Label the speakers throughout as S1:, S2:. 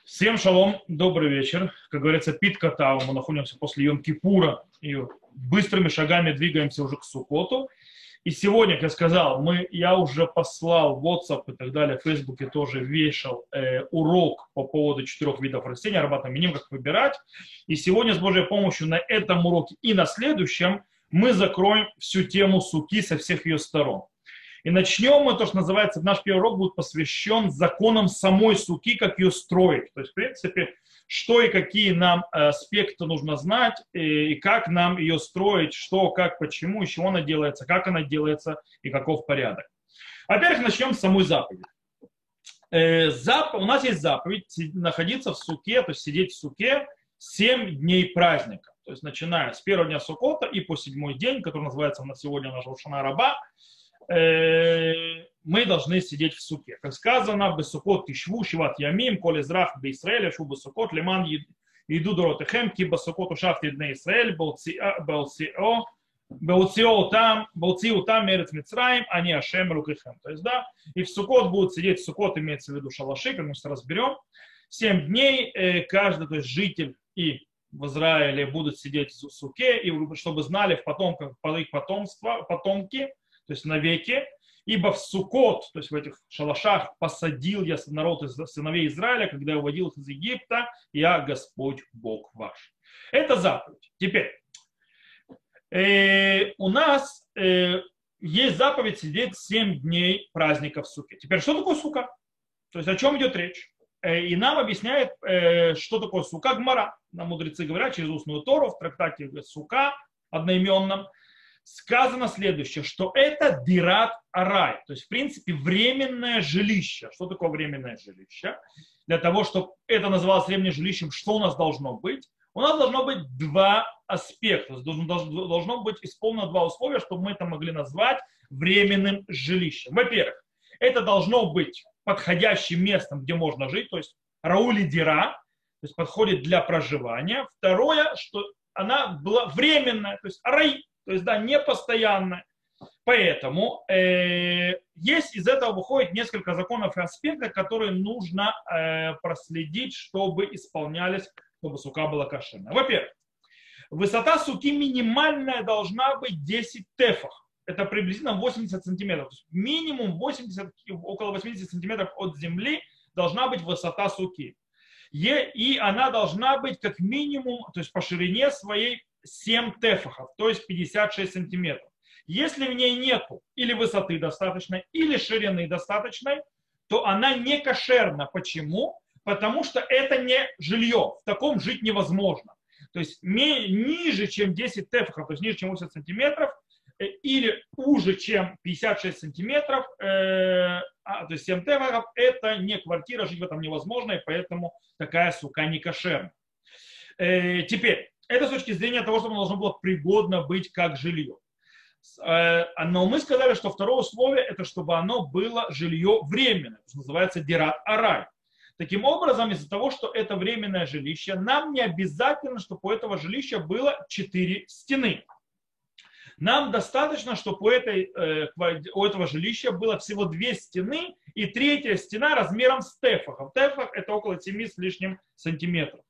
S1: Всем шалом, добрый вечер. Как говорится, пит катау. Мы находимся после Йом-Кипура и быстрыми шагами двигаемся уже к Суккоту. И сегодня, как я сказал, я уже послал в WhatsApp и так далее, в Фейсбуке тоже вешал урок по поводу 4 видов растений, арбатом миним, как выбирать. И сегодня с Божьей помощью на этом уроке и на следующем мы закроем всю тему суки со всех ее сторон. И начнем мы, то, что называется, наш первый урок будет посвящен законам самой суки, как ее строить. То есть, в принципе, что и какие нам аспекты нужно знать, и как нам ее строить, что, как, почему, из чего она делается, как она делается и каков порядок. Во-первых, начнем с самой заповеди. У нас есть заповедь находиться в суке, то есть сидеть в суке 7 дней праздника. То есть, начиная с первого дня Суккота и по 7-й день, который называется на сегодня наш Шана Раба, мы должны сидеть в суке. Как сказано, бесукот тишву шиват ямим, коль израх бе-Исраэля, шу бесукот лиман иду доротехем, ки бесукот ушафт едне Исраэль, беуцио там мерец Мицраим, а не Ашем рукихем. То есть, да, и в сукот будут сидеть, сукот имеется в виду шалаши, как мы сейчас разберем, 7 дней каждый, то есть житель и в Израиле будут сидеть в суке, и чтобы знали в потомках, их потомки, то есть навеки, ибо в Суккот, то есть в этих шалашах, посадил я народ из сыновей Израиля, когда я уводил их из Египта, я Господь Бог ваш. Это заповедь. Теперь, у нас есть заповедь сидеть 7 дней праздника в суке. Теперь, что такое сука? То есть о чем идет речь? И нам объясняет, что такое сука Гмара. Нам мудрецы говорят через устную Тору в трактате сука одноименном. Сказано следующее, что это дират арай, то есть, в принципе, временное жилище. Что такое временное жилище? Для того, чтобы это называлось временным жилищем, что у нас должно быть? У нас должно быть 2 аспекта, должно быть исполнено 2 условия, чтобы мы это могли назвать временным жилищем. Во-первых, это должно быть подходящим местом, где можно жить, то есть раули дира, то есть подходит для проживания. Второе, что она была временная, то есть арай. То есть, да, не постоянно. Поэтому есть из этого выходит несколько законов и аспектов, которые нужно проследить, чтобы исполнялись, чтобы сука была кошерной. Во-первых, высота суки минимальная должна быть 10 тефах. Это приблизительно 80 сантиметров. Минимум 80, около 80 сантиметров от земли должна быть высота суки. И она должна быть как минимум, то есть по ширине своей 7 тефахов, то есть 56 сантиметров. Если в ней нету или высоты достаточной, или ширины достаточной, то она не кошерна. Почему? Потому что это не жилье. В таком жить невозможно. То есть ниже, чем 10 тефахов, то есть ниже, чем 80 сантиметров, или уже, чем 56 сантиметров, то есть 7 тефахов, это не квартира, жить в этом невозможно, и поэтому такая сука не кошерна. Теперь, это с точки зрения того, что оно должно было пригодно быть как жилье. Но мы сказали, что второе условие, это чтобы оно было жилье временное, что называется дират арай. Таким образом, из-за того, что это временное жилище, нам не обязательно, чтобы у этого жилища было 4 стены. Нам достаточно, чтобы у этого жилища было всего 2 стены и 3-я стена размером с тефахом. Тефах это около 7 с лишним сантиметров.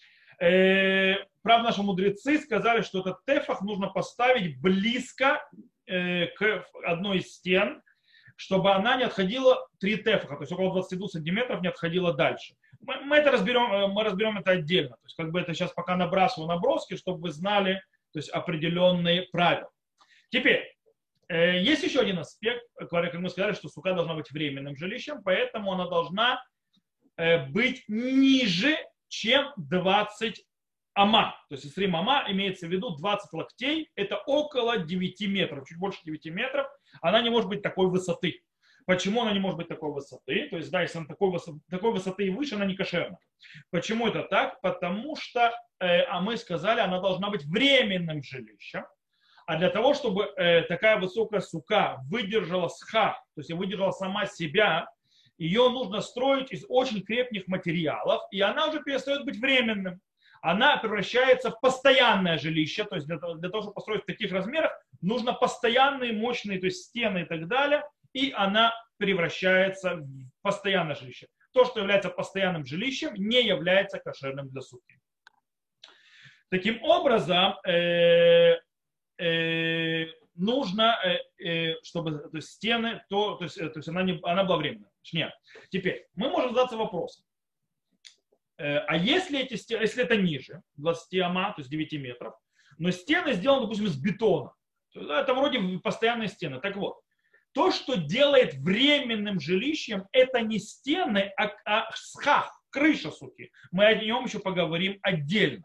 S1: Правда, наши мудрецы сказали, что этот тефах нужно поставить близко к одной из стен, чтобы она не отходила 3 тефаха, то есть около 22 сантиметров не отходила дальше. Мы разберем это отдельно. То есть как бы это сейчас пока набрасываю наброски, чтобы вы знали, то есть определенные правила. Теперь, есть еще один аспект, как мы сказали, что сука должна быть временным жилищем, поэтому она должна быть ниже, чем 20 ама. То есть, если ама имеется в виду 20 локтей, это около 9 метров, чуть больше 9 метров. Она не может быть такой высоты. Почему она не может быть такой высоты? То есть, да, если она такой высоты и выше, она не кошерна. Почему это так? Потому что, мы сказали, она должна быть временным жилищем. А для того, чтобы такая высокая сука выдержала сха, то есть выдержала сама себя, ее нужно строить из очень крепких материалов, и она уже перестает быть временным. Она превращается в постоянное жилище, то есть для того, чтобы построить в таких размерах, нужно постоянные мощные, то есть стены и так далее, и она превращается в постоянное жилище. то, что является постоянным жилищем, не является кошерным для суки. Таким образом, нужно, чтобы то есть стены, то есть она была временная. Нет. Теперь мы можем задаться вопросом. А если эти стены, если это ниже 20 ама, то есть 9 метров, но стены сделаны, допустим, из бетона, это вроде постоянные стены. Так вот, то, что делает временным жилищем, это не стены, а схах, крыша суки. Мы о нем еще поговорим отдельно.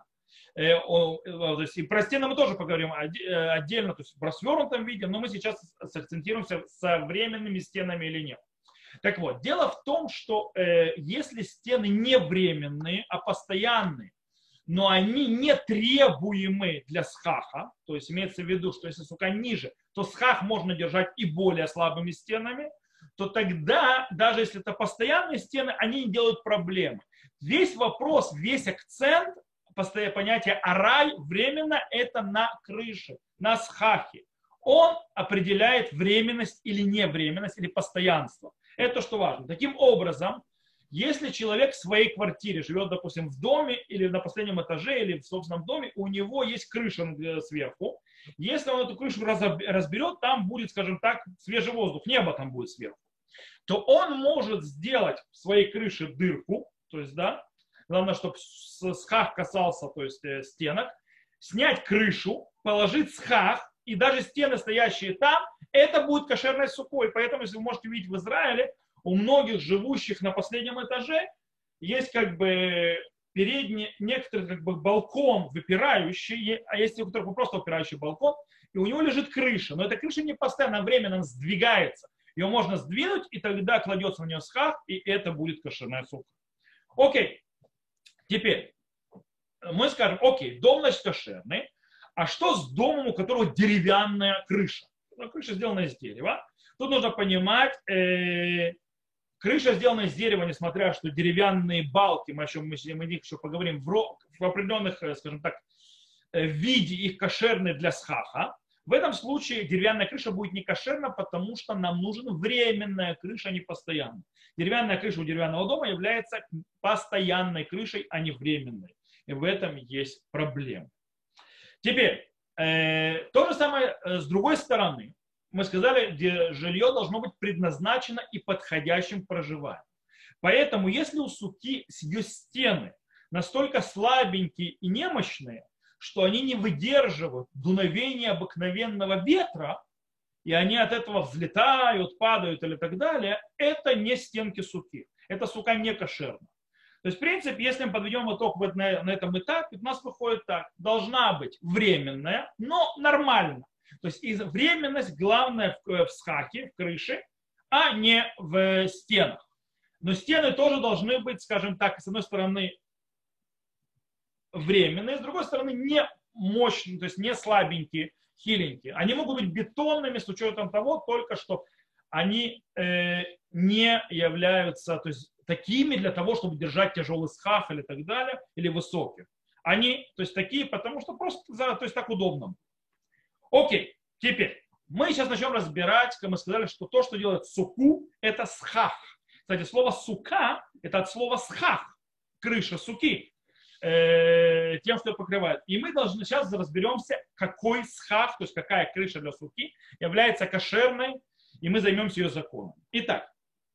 S1: И про стены мы тоже поговорим отдельно, то есть в свернутом виде, но мы сейчас сакцентируемся с временными стенами или нет. Так вот, дело в том, что если стены не временные, а постоянные, но они не требуемы для схаха, то есть имеется в виду, что если сука ниже, то схах можно держать и более слабыми стенами, то тогда, даже если это постоянные стены, они не делают проблемы. Весь вопрос, весь акцент, понятие арай временно, это на крыше, на схахе. Он определяет временность или невременность, или постоянство. Это что важно. Таким образом, если человек в своей квартире живет, допустим, в доме или на последнем этаже, или в собственном доме, у него есть крыша сверху. Если он эту крышу разберет, там будет, скажем так, свежий воздух, небо там будет сверху. То он может сделать в своей крыше дырку, то есть, да, главное, чтобы схах касался, то есть стенок, снять крышу, положить схах, и даже стены, стоящие там, это будет кошерной сукой. Поэтому, если вы можете видеть в Израиле, у многих живущих на последнем этаже есть как бы передний, некоторый как бы балкон выпирающий, а есть у которых просто выпирающий балкон, и у него лежит крыша. Но эта крыша не постоянно, временно сдвигается. Ее можно сдвинуть, и тогда кладется на нее схах, и это будет кошерная сука. Окей. Теперь мы скажем, окей, дом, значит, кошерный. А что с домом, у которого деревянная крыша? Крыша сделана из дерева. Тут нужно понимать, крыша сделана из дерева, несмотря что деревянные балки, мы о них еще поговорим, в определенных, скажем так, виде их кошерны для схаха. В этом случае деревянная крыша будет не кошерна, потому что нам нужна временная крыша, а не постоянная. Деревянная крыша у деревянного дома является постоянной крышей, а не временной. И в этом есть проблема. Теперь, то же самое с другой стороны. Мы сказали, где жилье должно быть предназначено и подходящим к проживанию. Поэтому, если у суки ее стены настолько слабенькие и немощные, что они не выдерживают дуновения обыкновенного ветра, и они от этого взлетают, падают или так далее, это не стенки суки. Эта сука не кошерна. То есть, в принципе, если мы подведем итог на этом этапе, у нас выходит так. Должна быть временная, но нормально. То есть временность главное в схахе, в крыше, а не в стенах. Но стены тоже должны быть, скажем так, с одной стороны временные, с другой стороны не мощные, то есть не слабенькие, хиленькие. Они могут быть бетонными с учетом того, только что они не являются, то есть, такими для того, чтобы держать тяжелый схах или так далее, или высоких. Они, то есть, такие, потому что просто, то есть, так удобно. Окей, теперь мы сейчас начнем разбирать, как мы сказали, что то, что делает суку, это схах. Кстати, слово сука, это от слова схах, крыша суки, тем, что покрывает. И мы должны сейчас разберемся, какой схах, то есть какая крыша для суки является кошерной, и мы займемся ее законом. Итак,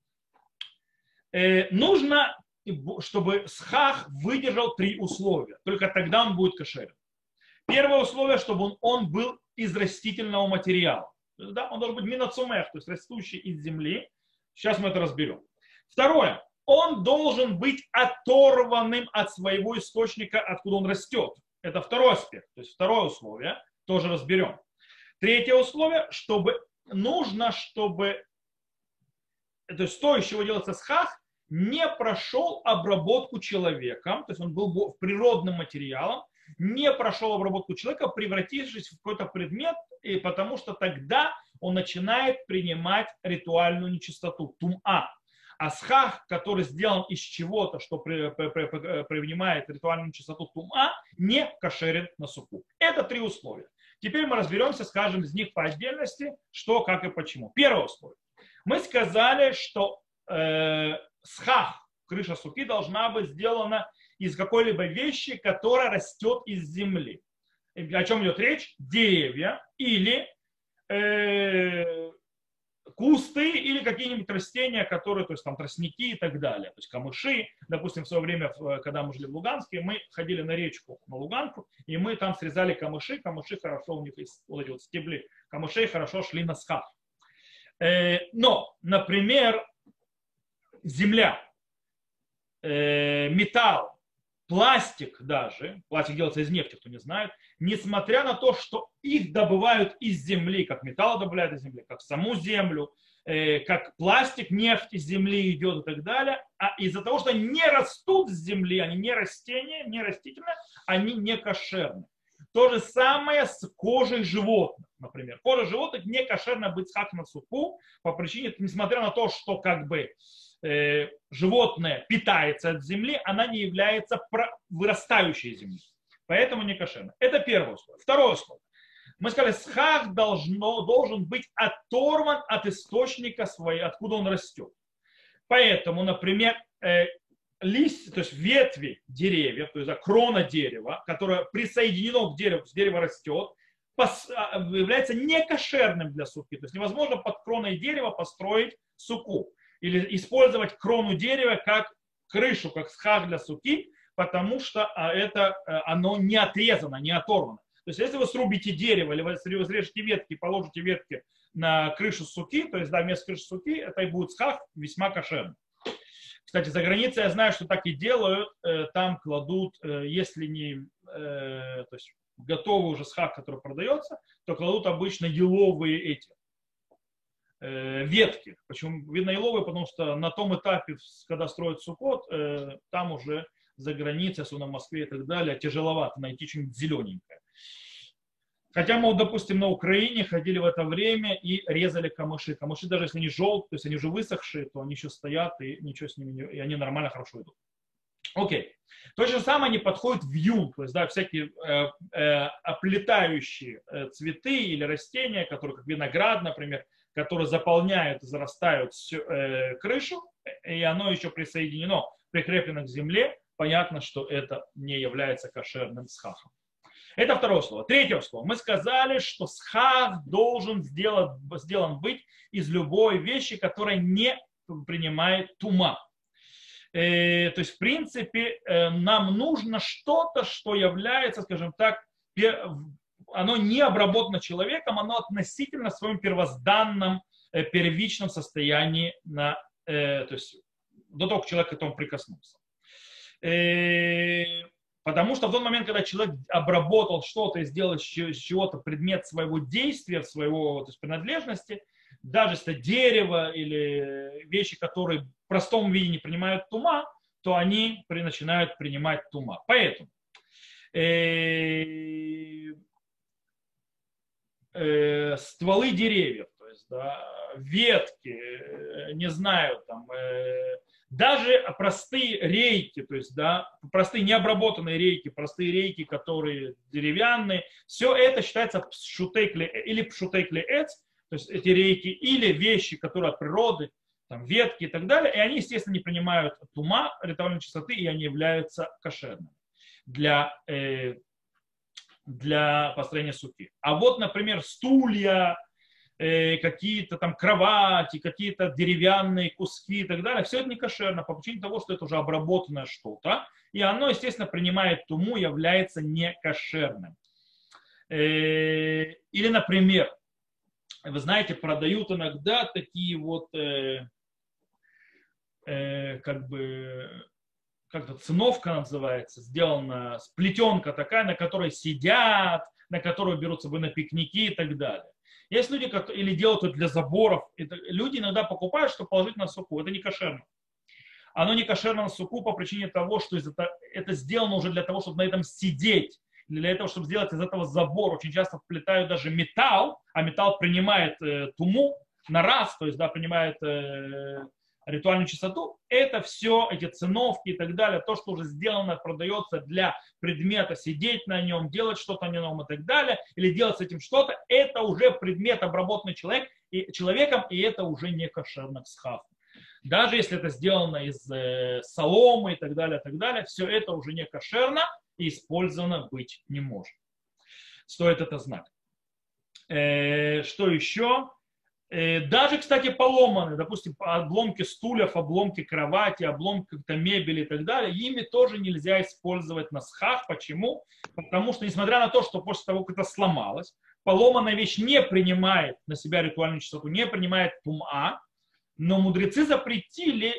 S1: нужно, чтобы схах выдержал 3 условия. Только тогда он будет кошерен. Первое условие, чтобы он был из растительного материала. Да, он должен быть минацумех, то есть растущий из земли. Сейчас мы это разберем. Второе. Он должен быть оторванным от своего источника, откуда он растет. Это второй аспект. То есть второе условие. Тоже разберем. Третье условие, нужно, чтобы то есть то, из чего делается схах, не прошел обработку человеком, то есть он был природным материалом, не прошел обработку человека, превратившись в какой-то предмет, и потому что тогда он начинает принимать ритуальную нечистоту, тума. А схах, который сделан из чего-то, что принимает ритуальную нечистоту тума, не кошерен на суку. Это 3 условия. Теперь мы разберемся, скажем, из них по отдельности, что, как и почему. Первое условие. Мы сказали, что схах, крыша суки должна быть сделана из какой-либо вещи, которая растет из земли. О чем идет речь? Деревья или кусты или какие-нибудь растения, которые, то есть там тростники и так далее, то есть камыши. Допустим, в свое время, когда мы жили в Луганске, мы ходили на речку, на Луганку, и мы там срезали камыши. Камыши хорошо, у них есть вот эти вот стебли камышей хорошо шли на схах. Но, например, земля, металл, пластик даже, пластик делается из нефти, кто не знает, несмотря на то, что их добывают из земли, как металл добывают из земли, как саму землю, как пластик, нефть из земли идет и так далее, а из-за того, что они не растут с земли, они не растения, не растительные, они не кошерны. То же самое с кожей животных, например. Кожа животных не кошерна быть схак на суку по причине, несмотря на то, что как бы животное питается от земли, она не является вырастающей земли. Поэтому не кошерно. Это первое условие. Второе условие. Мы сказали, схах должен быть оторван от источника своей, откуда он растет. Поэтому, например, листья, то есть ветви деревьев, то есть крона дерева, которая присоединена к дереву, с дерева растет, является некошерным для суки. То есть невозможно под кроной дерева построить суку или использовать крону дерева как крышу, как схах для суки, потому что оно не отрезано, не оторвано. То есть если вы срубите дерево или вы срежете ветки, положите ветки на крышу суки, то есть да, вместо крыши суки, это и будет схах весьма кошерный. Кстати, за границей я знаю, что так и делают, там кладут, если не то есть готовый уже схах, который продается, то кладут обычно еловые эти ветки. Почему видно еловые? Потому что на том этапе, когда строят сукот, там уже за границей, особенно в Москве и так далее, тяжеловато найти что-нибудь зелененькое. Хотя мы, допустим, на Украине ходили в это время и резали камыши. Камыши, даже если они желтые, то есть они уже высохшие, то они еще стоят, и ничего с ними не, и они нормально, хорошо идут. Окей. То же самое они подходят в юн, то есть да, всякие оплетающие цветы или растения, которые, как виноград, например, которые заполняют и зарастают крышу, и оно еще присоединено, прикреплено к земле, понятно, что это не является кошерным схахом. Это второе слово. Третье слово. Мы сказали, что схах должен сделан быть из любой вещи, которая не принимает тума. То есть, в принципе, нам нужно что-то, что является, скажем так, оно не обработано человеком, оно относительно в своем первозданном, первичном состоянии, то есть до того, как человек к этому прикоснулся. Потому что в тот момент, когда человек обработал что-то и сделал из чего-то предмет своего действия, своего, то есть принадлежности, даже если это дерево или вещи, которые в простом виде не принимают тума, то они начинают принимать тума. Поэтому стволы деревьев, то есть да, ветки, не знаю, там, даже простые рейки, то есть да, простые необработанные рейки, простые рейки, которые деревянные, все это считается пшутейкли или пшутейкли эц, то есть эти рейки или вещи, которые от природы, там, ветки и так далее, и они, естественно, не принимают тума, ритуальной чистоты, и они являются кошерными для построения суки. А вот, например, стулья, какие-то там кровати, какие-то деревянные куски и так далее, все это не кошерно по причине того, что это уже обработанное что-то, и оно, естественно, принимает туму, является некошерным. Или, например, вы знаете, продают иногда такие вот как бы как-то циновка называется, сделана плетенка такая, на которой сидят, на которую берут с собой на пикники и так далее. Есть люди, или делают это для заборов. Люди иногда покупают, чтобы положить на суку. Это не кошерно. Оно не кошерно на суку по причине того, что это сделано уже для того, чтобы на этом сидеть. Для этого, чтобы сделать из этого забор. Очень часто вплетают даже металл, а металл принимает туму на раз, то есть да, принимает ритуальную чистоту. Это все, эти циновки и так далее, то, что уже сделано, продается для предмета, сидеть на нем, делать что-то на нем и так далее, или делать с этим что-то, это уже предмет, обработанный человеком, и это уже не кошерно к схаху. Даже если это сделано из соломы и так далее, все это уже не кошерно и использовано быть не может. Стоит это знать. Что еще? Даже, кстати, поломанные, допустим, обломки стульев, обломки кровати, обломки мебели и так далее, ими тоже нельзя использовать на схах. Почему? Потому что, несмотря на то, что после того, как это сломалось, поломанная вещь не принимает на себя ритуальную чистоту, не принимает тума, но мудрецы запретили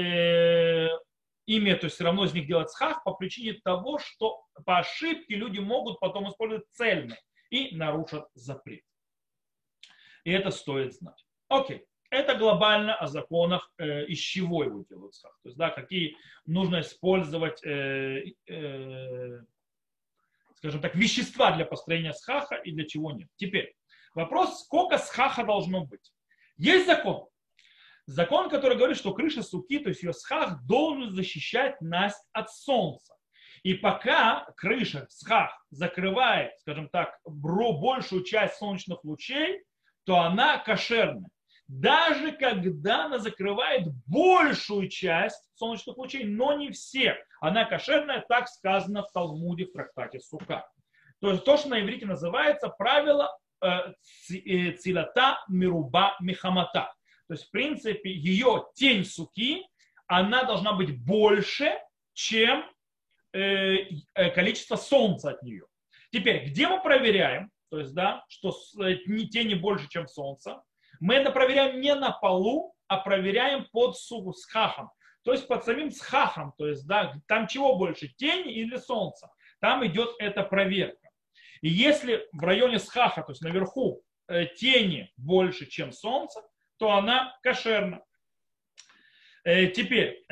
S1: ими, то есть все равно из них делать схах по причине того, что по ошибке люди могут потом использовать цельно и нарушат запрет. И это стоит знать. Окей. Это глобально о законах, из чего его делают схах. То есть, да, какие нужно использовать, скажем так, вещества для построения схаха и для чего нет. Теперь вопрос, сколько схаха должно быть. Есть закон. Закон, который говорит, что крыша суки, то есть ее схах, должен защищать нас от солнца. И пока крыша, схах, закрывает, скажем так, большую часть солнечных лучей, то она кошерная. Даже когда она закрывает большую часть солнечных лучей, но не все, она кошерная, так сказано в Талмуде в трактате Сука. То есть то, что на иврите называется правило цилата мируба михамата. То есть в принципе ее тень суки, она должна быть больше, чем количество солнца от нее. Теперь, где мы проверяем? То есть, да, что тени больше, чем солнце. Мы это проверяем не на полу, а проверяем под схахом. То есть под самим схахом. То есть, да, там чего больше, тени или солнца? Там идет эта проверка. И если в районе схаха, то есть наверху, тени больше, чем солнце, то она кошерна. Теперь,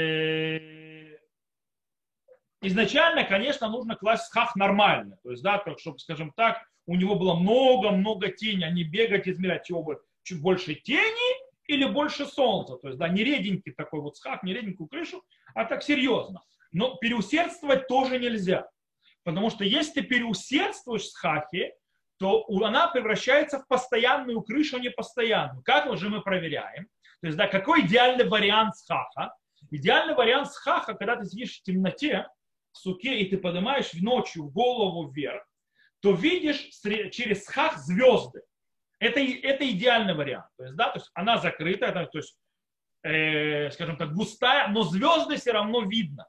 S1: изначально, конечно, нужно класть схах нормально. То есть, да, чтобы, скажем так, у него было много-много тени, а не бегать, измерять, чего бы, чуть больше тени или больше солнца. То есть, да, не реденький такой вот схах, не реденькую крышу, а так серьезно. Но переусердствовать тоже нельзя. Потому что если ты переусердствуешь в схахе, то она превращается в постоянную крышу, а не постоянную. Как уже мы проверяем? То есть, да, какой идеальный вариант схаха? Идеальный вариант схаха, когда ты сидишь в темноте, в суке, и ты поднимаешь ночью голову вверх, то видишь через схах звезды. Это идеальный вариант. То есть, да, то есть она закрыта, то есть, скажем так, густая, но звезды все равно видно.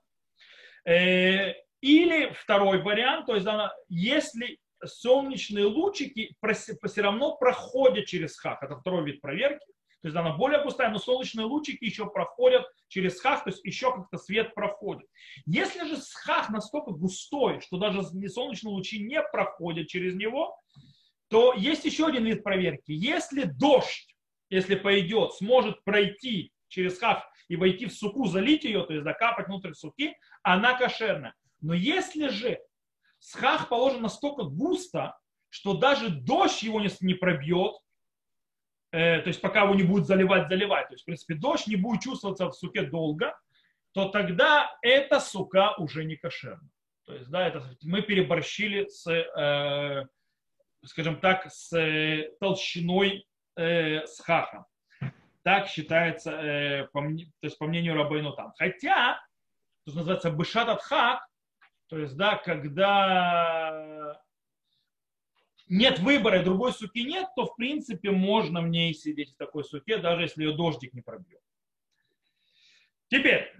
S1: Или второй вариант, то есть если солнечные лучики все равно проходят через схах, это второй вид проверки, то есть она более густая, но солнечные лучики еще проходят через схах, то есть еще как-то свет проходит. Если же схах настолько густой, что даже солнечные лучи не проходят через него, то есть еще один вид проверки. Если дождь, если пойдет, сможет пройти через схах и войти в суку, залить ее, то есть закапать внутрь суки, она кошерная. Но если же схах положен настолько густо, что даже дождь его не пробьет, то есть пока его не будет заливать, то есть в принципе дождь не будет чувствоваться в суке долго, то тогда эта сука уже не кошерна. То есть, да, мы переборщили с, скажем так, с толщиной схаха. Так считается, то есть по мнению Рабейну Там. Хотя, то, что называется бешат ат-хак, то есть, да, когда нет выбора и другой суки нет, то в принципе можно в ней сидеть в такой суке, даже если ее дождик не пробьет. Теперь,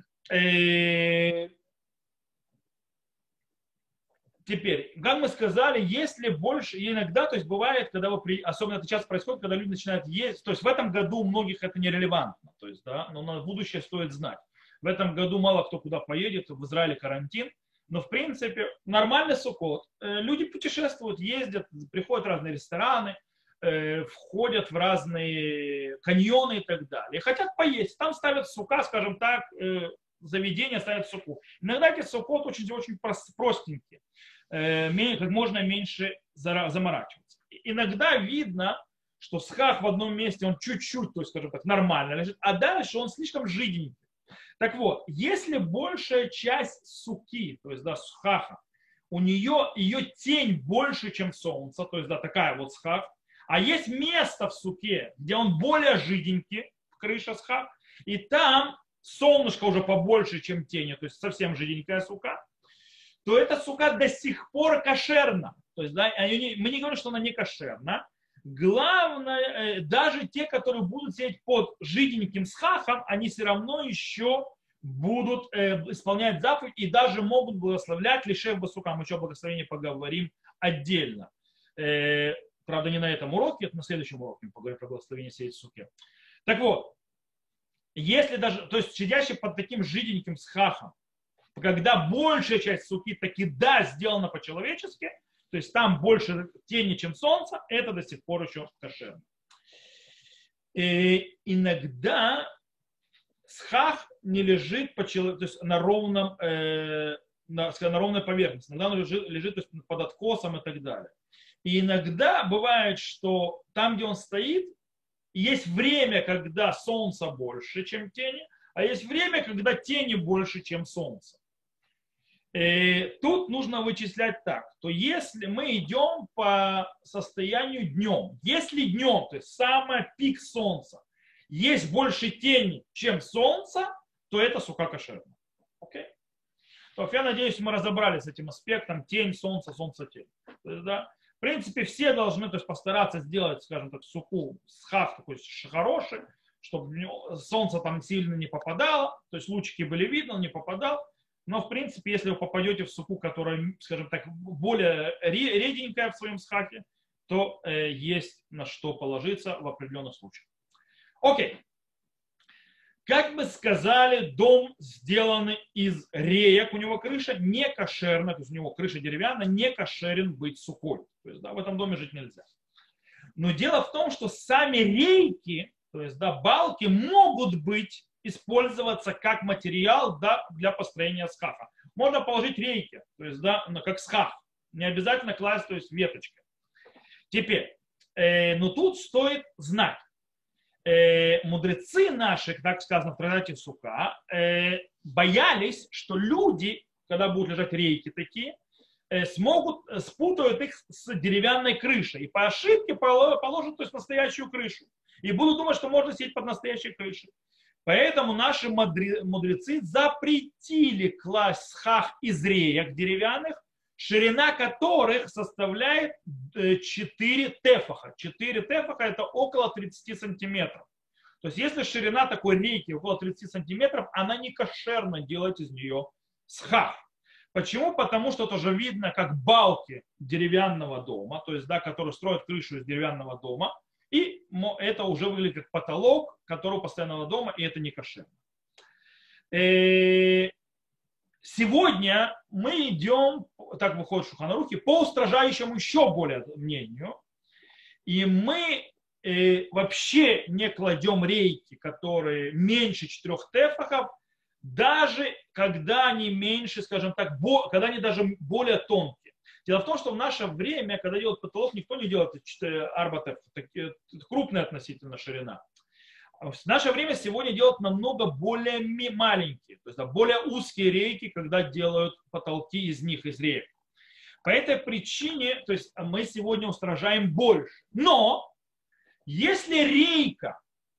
S1: как мы сказали, если больше, иногда, то есть бывает, когда особенно это часто происходит, когда люди начинают есть, то есть в этом году у многих это нерелевантно, то есть, да, но на будущее стоит знать. В этом году мало кто куда поедет, в Израиле карантин, но в принципе нормальный суккот. Люди путешествуют, ездят, приходят в разные рестораны, входят в разные каньоны и так далее. Хотят поесть, там ставят сука, скажем так, заведения ставят суку. Иногда эти суккот очень простенькие. Как можно меньше заморачиваться. Иногда видно, что схах в одном месте, он чуть-чуть, то есть, скажем так, нормально лежит, а дальше он слишком жиденький. Так вот, если большая часть суки, то есть, да, схаха, у нее ее тень больше, чем солнце, то есть, да, такая вот схах, а есть место в суке, где он более жиденький, крыша схах, и там солнышко уже побольше, чем тени, то есть совсем жиденькая сука, то эта сука до сих пор кошерна. То есть, да, мы не говорим, что она не кошерна. Главное, даже те, которые будут сидеть под жиденьким схахом, они все равно еще будут исполнять заповедь и даже могут благословлять лишев басука. Мы еще о благословении поговорим отдельно. Правда, не на этом уроке, это на следующем уроке мы поговорим про благословение сеять в суке. Так вот, если даже, то есть сидящий под таким жиденьким схахом, когда большая часть суки таки да сделана по-человечески, то есть там больше тени, чем солнца, это до сих пор еще кошерно. И иногда схах не лежит то есть на ровной поверхности, иногда он лежит то есть под откосом и так далее. И иногда бывает, что там, где он стоит, есть время, когда солнца больше, чем тени, а есть время, когда тени больше, чем солнце. И тут нужно вычислять так, то если мы идем по состоянию днем, если днем, то есть самый пик солнца, есть больше тени, чем солнца, то это сука кошерная. Okay? То, я надеюсь, мы разобрались с этим аспектом тень, солнце, солнце, тень. То есть, да, в принципе, все должны то есть, постараться сделать, скажем так, суку, схах такой хороший, чтобы солнце там сильно не попадало, то есть лучики были видны, он не попадал. Но, в принципе, если вы попадете в суку, которая, скажем так, более реденькая в своем схаке, то есть на что положиться в определенных случаях. Окей. Как мы сказали, дом сделан из реек, у него крыша не кошерна, то есть у него крыша деревянная, не кошерен быть сукой. То есть да, в этом доме жить нельзя. Но дело в том, что сами рейки, то есть да, балки могут использоваться как материал для построения схаха. Можно положить рейки, то есть да, как схах. Не обязательно класть, то есть веточки. Теперь, но тут стоит знать. Мудрецы наши, так сказано в трактате Сука, боялись, что люди, когда будут лежать рейки такие, спутают их с деревянной крышей и по ошибке положат то есть, настоящую крышу. И будут думать, что можно сидеть под настоящей крышей. Поэтому наши мудрецы запретили класть схах из реек деревянных, ширина которых составляет 4 тефаха. 4 тефаха это около 30 сантиметров. То есть если ширина такой рейки около 30 сантиметров, она не кошерно делать из нее схах. Почему? Потому что тоже видно, как балки деревянного дома, то есть, да, которые строят крышу из деревянного дома, и это уже выглядит как потолок, который у постоянного дома, и это не кошерно. Сегодня мы идем, так выходит в Шулхан Арухе, по устражающему еще более мнению, и мы вообще не кладем рейки, которые меньше 4 тефахов, даже когда они меньше, скажем так, когда они даже более тонкие. Дело в том, что в наше время, когда делают потолок, никто не делает арбатеф, крупная относительно ширина. В наше время сегодня делают намного более маленькие, то есть да, более узкие рейки, когда делают потолки из них, из реек. По этой причине, то есть мы сегодня устражаем больше. Но если рейка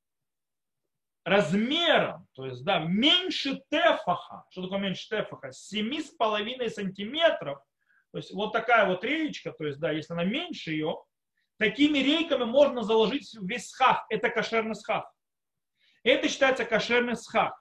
S1: размером, то есть да, меньше тефаха, что такое меньше тефаха, 7,5 сантиметров, то есть вот такая вот реечка, то есть да, если она меньше ее, такими рейками можно заложить весь схах. Это кошерный схах. Это считается кошерный схах.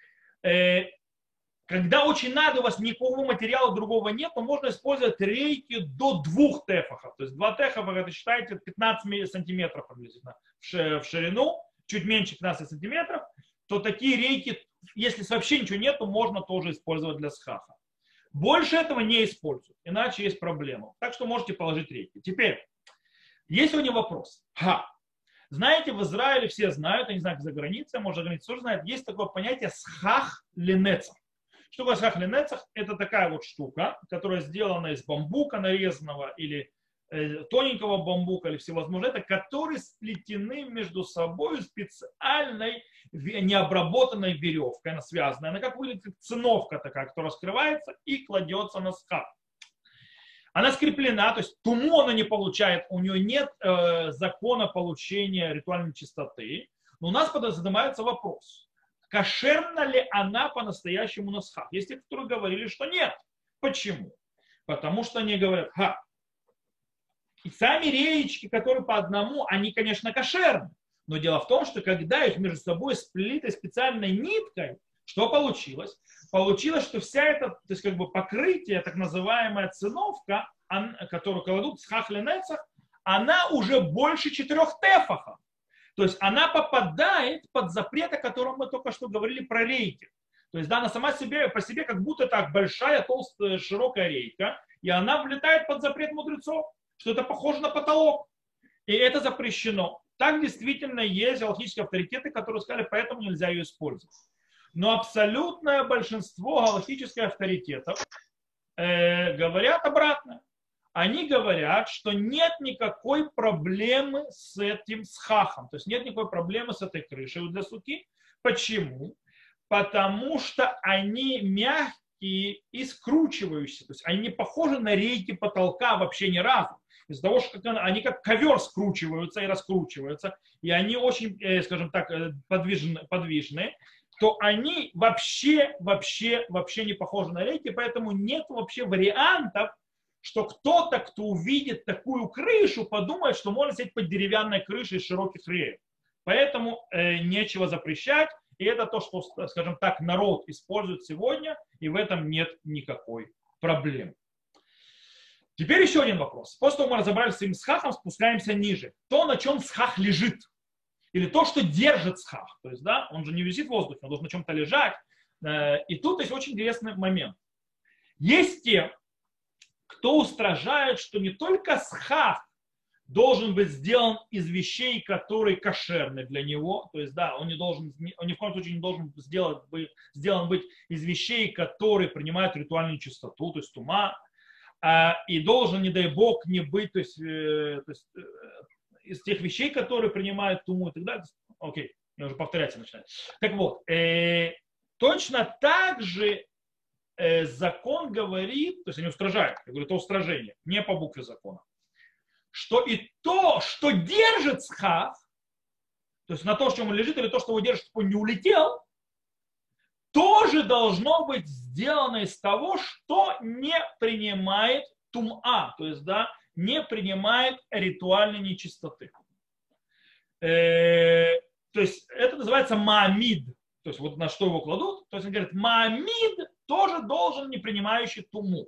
S1: Когда очень надо, у вас никакого материала другого нет, то можно использовать рейки до 2 тефахов. То есть 2 тефаха, это считаете 15 сантиметров приблизительно в ширину, чуть меньше 15 сантиметров, то такие рейки, если вообще ничего нет, то можно тоже использовать для схаха. Больше этого не используют, иначе есть проблема. Так что можете положить рейки. Теперь, есть сегодня вопрос. Знаете, в Израиле все знают, я не знаю, как за границей, может, за границей тоже знают, есть такое понятие схах ленецах. Что такое схах ленецах? Это такая вот штука, которая сделана из бамбука нарезанного или тоненького бамбука или всевозможного, которые сплетены между собой специальной необработанной веревкой, она связана. Она как выглядит, как циновка такая, которая раскрывается и кладется на схах. Она скреплена, то есть туму она не получает, у нее нет закона получения ритуальной чистоты. Но у нас заднимается вопрос. кошерна ли она по-настоящему на схах. Есть те, которые говорили, что нет. Почему? Потому что они говорят, и сами реечки, которые по одному, они, конечно, кошерны. Но дело в том, что когда их между собой сплиты специальной ниткой, что получилось? Получилось, что вся эта, то есть как бы покрытие, так называемая циновка, которую кладут с хахленецах, она уже больше 4 тефахов. То есть она попадает под запрет, о котором мы только что говорили про рейки. То есть да, она сама себе, по себе как будто так большая, толстая, широкая рейка, и она влетает под запрет мудрецов, что это похоже на потолок. И это запрещено. Так действительно есть галахические авторитеты, которые сказали, поэтому нельзя ее использовать. Но абсолютное большинство галахических авторитетов говорят обратно. Они говорят, что нет никакой проблемы с этим схахом. То есть нет никакой проблемы с этой крышей для суки. Почему? Потому что они мягкие и скручивающиеся. То есть они не похожи на рейки потолка вообще ни разу. Из-за того, что они как ковер скручиваются и раскручиваются, и они очень, скажем так, подвижны, то они вообще не похожи на рейки, поэтому нет вообще вариантов, что кто-то, кто увидит такую крышу, подумает, что можно сидеть под деревянной крышей из широких реек. Поэтому нечего запрещать, и это то, что, скажем так, народ использует сегодня, и в этом нет никакой проблемы. Теперь еще один вопрос. После того, как мы разобрались с своим схахом, спускаемся ниже. То, на чем схах лежит. Или то, что держит схах. То есть, да, он же не висит в воздухе, он должен на чем-то лежать. И тут есть очень интересный момент. Есть те, кто устражает, что не только схах должен быть сделан из вещей, которые кошерны для него. То есть, да, он ни в коем случае не должен сделан быть из вещей, которые принимают ритуальную чистоту, то есть тума. И должен, не дай бог, не быть, то есть из тех вещей, которые принимают туму и так далее. Окей, я уже повторяться начинаю. Так вот, точно так же закон говорит, то есть они устражают, я говорю, это устражение, не по букве закона, что и то, что держит схах, то есть на то, что он лежит, или то, что его держит, чтобы он не улетел, тоже должно быть сделано из того, что не принимает тума, то есть, да, не принимает ритуальной нечистоты. То есть это называется маамид, то есть вот на что его кладут, то есть он говорит, маамид тоже должен не принимающий туму.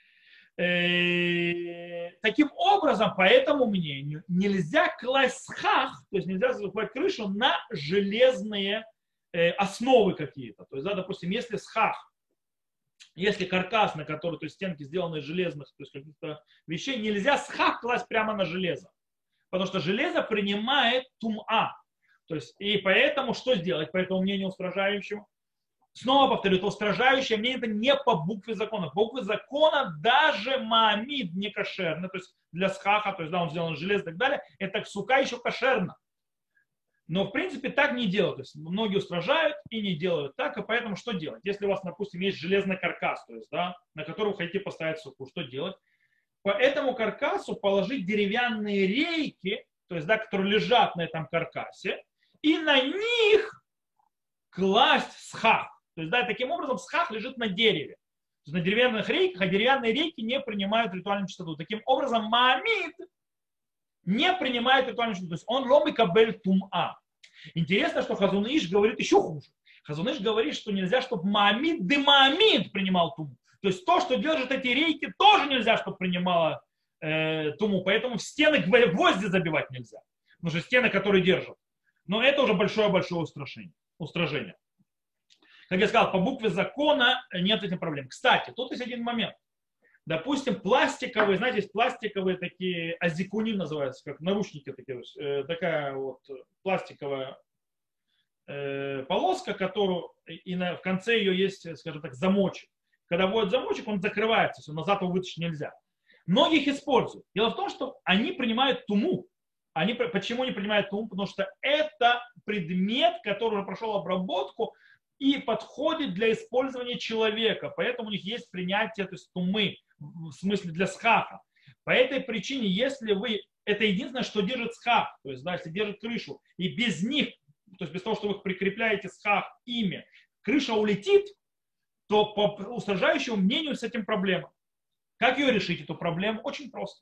S1: Таким образом, по этому мнению, нельзя класть схах, то есть нельзя закрывать крышу на железные основы какие-то. То есть, да, допустим, если схах, если каркас, на который, то есть стенки сделаны из железных, то есть каких-то вещей, нельзя схах класть прямо на железо. Потому что железо принимает тума. То есть, и поэтому что сделать, по этому мнению устражающему? Снова повторю, это устражающее мнение, это не по букве закона. По букве закона даже маамид не кошерно, то есть для схаха, то есть да, он сделан из железа и так далее, это сука еще кошерно. Но, в принципе, так не делают. То есть многие устражают и не делают так. И поэтому что делать? Если у вас, допустим, есть железный каркас, то есть, да, на который вы хотите поставить суку, что делать? По этому каркасу положить деревянные рейки, то есть, да, которые лежат на этом каркасе, и на них класть схах. То есть, да, таким образом схах лежит на дереве. То есть на деревянных рейках, а деревянные рейки не принимают ритуальную чистоту. Таким образом, маамид не принимает ритуальную чистоту. То есть он лом и кабель тума. Интересно, что Хазон Иш говорит еще хуже. Хазон Иш говорит, что нельзя, чтобы маамид де маамид принимал туму. То есть то, что держит эти рейки, тоже нельзя, чтобы принимало туму. Поэтому в стены гвозди забивать нельзя. Потому что стены, которые держат. Но это уже большое-большое устражение. Как я сказал, по букве закона нет этих проблем. Кстати, тут есть один момент. Допустим, пластиковые, знаете, есть пластиковые такие, азикуни называются, как наручники такие, такая вот пластиковая полоска, которую и в конце ее есть, скажем так, замочек. Когда вводят замочек, он закрывается, все, назад его вытащить нельзя. Многие их используют. Дело в том, что они принимают туму. Почему не принимают туму? Потому что это предмет, который уже прошел обработку и подходит для использования человека. Поэтому у них есть принятие, то есть тумы, в смысле для схаха. По этой причине, если вы, это единственное, что держит схах, то есть, да, если держит крышу, и без них то есть без того, что вы прикрепляете схах ими, крыша улетит, то по устражающему мнению с этим проблема. Как ее решить, эту проблему? Очень просто.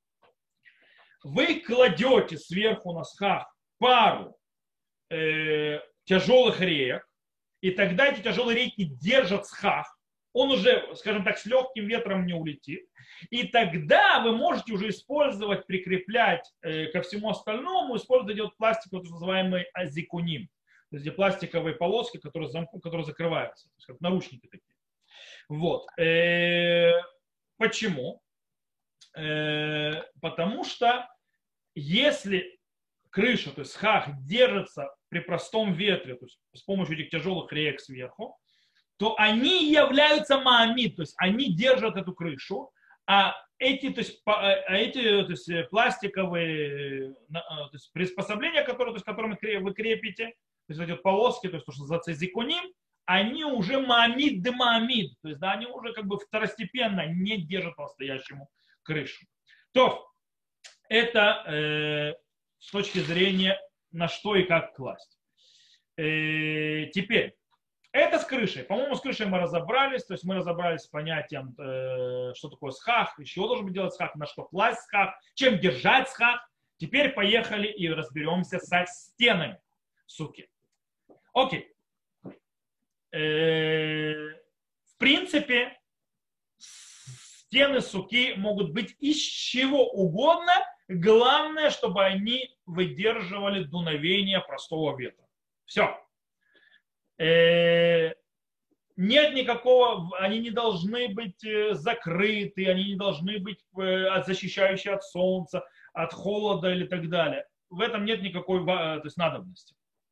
S1: Вы кладете сверху на схах пару тяжелых реек, и тогда эти тяжелые рейки держат схах, он уже, скажем так, с легким ветром не улетит, и тогда вы можете уже использовать, прикреплять ко всему остальному, использовать вот пластик, вот называемый азикуним, то есть где пластиковые полоски, которые закрываются, то есть как наручники такие. Вот. Почему? Потому что если крыша, то есть схах, держится при простом ветре, то есть с помощью этих тяжелых реек сверху, то они являются маамид, то есть они держат эту крышу, а эти, то есть пластиковые то есть приспособления, которыми вы крепите, то есть эти полоски, то есть то, что называется зикуним, они уже маамид де маамид, то есть да, они уже как бы второстепенно не держат по-настоящему крышу. То это с точки зрения на что и как класть. Теперь, это с крышей. По-моему, с крышей мы разобрались, то есть мы разобрались с понятием, что такое схах, из чего должен быть делать схах, на что класть схах, чем держать схах. Теперь поехали и разберемся со стенами суки. Окей. В принципе, стены суки могут быть из чего угодно, главное, чтобы они выдерживали дуновение простого ветра. Все. Нет никакого, они не должны быть закрыты, они не должны быть защищающие от солнца, от холода или так далее. В этом нет никакой то есть, надобности.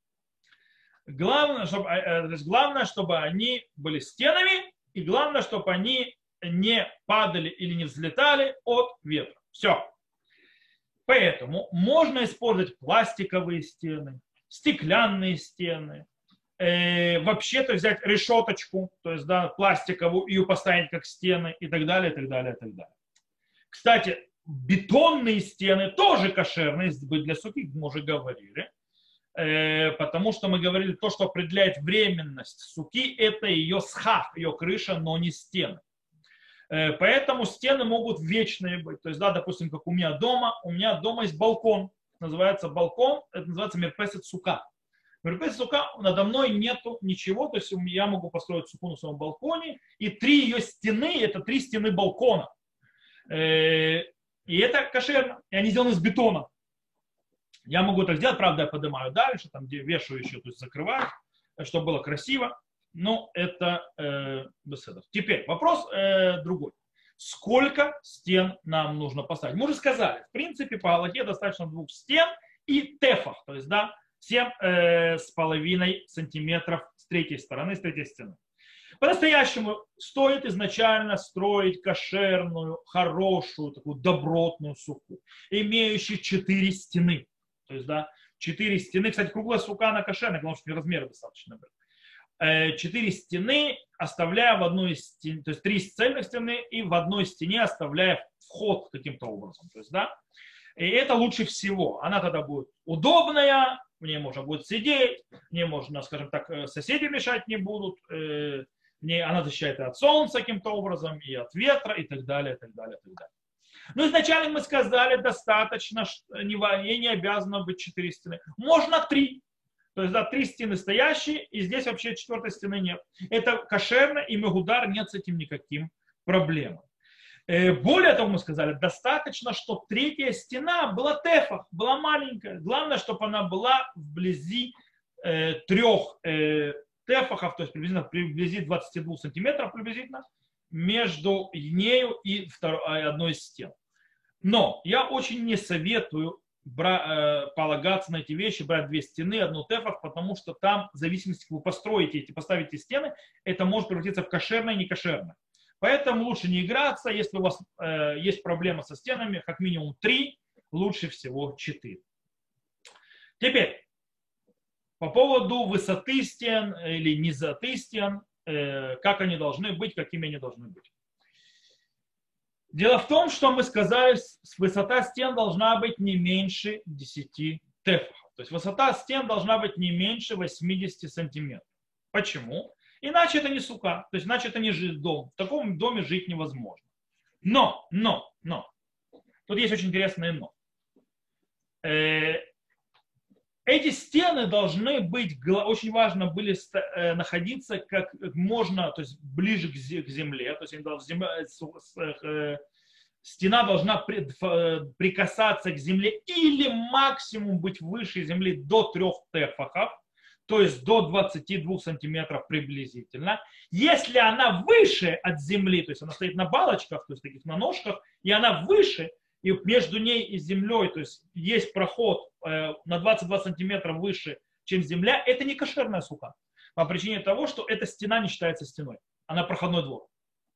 S1: Главное, чтобы они были стенами, и главное, чтобы они не падали или не взлетали от ветра. Все. Поэтому можно использовать пластиковые стены, стеклянные стены, вообще-то взять решеточку, то есть да, пластиковую, ее поставить как стены и так далее, и так далее, и так далее. Кстати, бетонные стены тоже кошерные, для суки, мы уже говорили, потому что мы говорили, то, что определяет временность суки, это ее схах, ее крыша, но не стены. Поэтому стены могут вечные быть. То есть, да, допустим, как у меня дома есть балкон, называется балкон, это называется мерпесет сука. Мерпесет сука, надо мной нету ничего, то есть я могу построить суку на своем балконе, и 3 ее стены, это 3 стены балкона. И это кошерно, и они сделаны из бетона. Я могу так сделать, правда, я поднимаю дальше, там, где вешаю еще, то есть закрываю, чтобы было красиво. Но это беседа. Теперь вопрос другой. Сколько стен нам нужно поставить? Мы уже сказали, в принципе, по Галахе достаточно 2 стен и тефах, то есть, да, 7,5 сантиметров с третьей стороны, с третьей стены. По-настоящему стоит изначально строить кошерную, хорошую, такую добротную суку, имеющую 4 стены. То есть, да, 4 стены. Кстати, круглая сука, она кошерная, потому что размеры достаточно были. 4 стены, оставляя в одной стене, то есть 3 цельных стены, и в одной стене оставляя вход каким-то образом. То есть, да, и это лучше всего. Она тогда будет удобная, в ней можно будет сидеть, в ней можно, скажем так, соседи мешать не будут, она защищает и от солнца каким-то образом, и от ветра, и так далее, и так далее, и так далее. Но изначально мы сказали, достаточно, ей не обязано быть 4 стены. Можно 3. То есть, да, 3 стены стоящие, и здесь вообще 4 стены нет. Это кошерно, и мегудар, нет с этим никаким проблем. Более того, мы сказали, достаточно, чтобы 3-я стена была тефах, была маленькая. Главное, чтобы она была вблизи 3 тефахов, то есть вблизи 22 сантиметров приблизительно, между нею и одной из стен. Но я очень не советую полагаться на эти вещи, брать 2 стены, 1 тефах, потому что там, в зависимости, как вы построите поставите стены, это может превратиться в кошерное и некошерное. Поэтому лучше не играться, если у вас есть проблема со стенами, как минимум 3, лучше всего 4. Теперь, по поводу высоты стен или низоты стен, как они должны быть, какими они должны быть. Дело в том, что мы сказали, высота стен должна быть не меньше 10 тефахов. То есть высота стен должна быть не меньше 80 сантиметров. Почему? Иначе это не сука, то есть иначе это не дом. В таком доме жить невозможно. Но. Тут есть очень интересное но. Эти стены должны быть, очень важно были находиться как можно, то есть ближе к земле, то есть стена должна прикасаться к земле или максимум быть выше земли до 3 тефахов, то есть до 22 сантиметров приблизительно. Если она выше от земли, то есть она стоит на балочках, то есть таких на ножках, и она выше, и между ней и землей, то есть есть проход на 22 сантиметра выше, чем земля, это не кошерная сука. По причине того, что эта стена не считается стеной. Она проходной двор.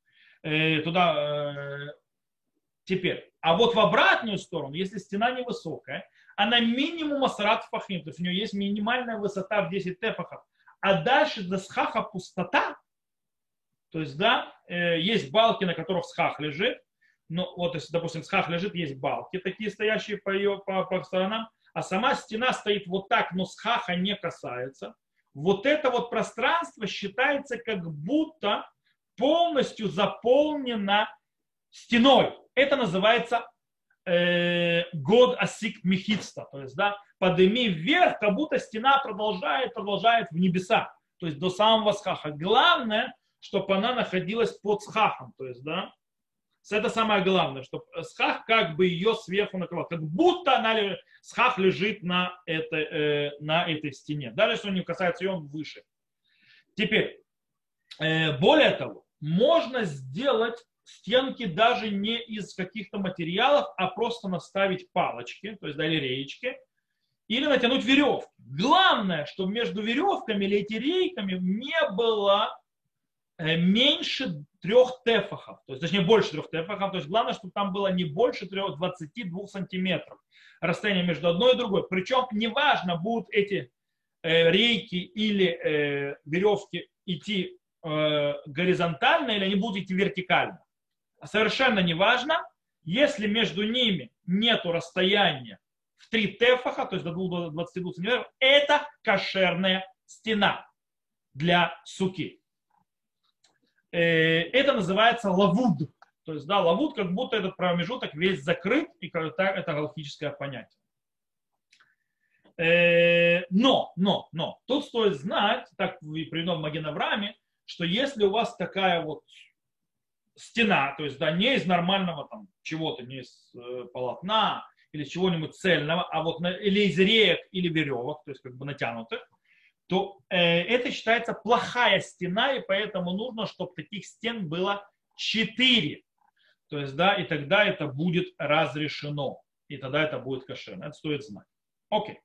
S1: Теперь. А вот в обратную сторону, если стена невысокая, она минимум асрат фахим, то есть у нее есть минимальная высота в 10 тефахов, а дальше до схаха пустота, то есть, да, есть балки, на которых схах лежит, ну, вот, если, допустим, схах лежит, есть балки, такие стоящие по сторонам, а сама стена стоит вот так, но схаха не касается. Вот это вот пространство считается как будто полностью заполнено стеной. Это называется год асик мехитста, то есть, да, подними вверх, как будто стена продолжает в небеса, то есть до самого схаха. Главное, чтобы она находилась под схахом, то есть, да, это самое главное, чтобы схах как бы ее сверху накрывал, как будто схах лежит на этой стене, даже если он не касается ее, он выше. Теперь, более того, можно сделать стенки даже не из каких-то материалов, а просто наставить палочки, то есть, да, или реечки, или натянуть веревки. Главное, чтобы между веревками или эти рейками не было меньше 3 тефахов, то есть, точнее, больше 3 тефахов, то есть, главное, чтобы там было не больше 22 сантиметров расстояние между одной и другой. Причем, неважно, будут эти рейки или веревки идти горизонтально или они будут идти вертикально. Совершенно неважно, если между ними нет расстояния в 3 тефаха, то есть до 22 сантиметров, это кошерная стена для суки. Это называется лавуд. То есть, да, лавуд, как будто этот промежуток весь закрыт, и это галактическое понятие. Но, тут стоит знать, так приведено в Маген Аврааме, что если у вас такая вот стена, то есть, да, не из нормального там чего-то, не из полотна или чего-нибудь цельного, а вот или из реек или веревок, то есть как бы натянутых, то это считается плохая стена, и поэтому нужно, чтобы таких стен было 4. То есть, да, и тогда это будет разрешено, и тогда это будет кошерно. Это стоит знать. Окей.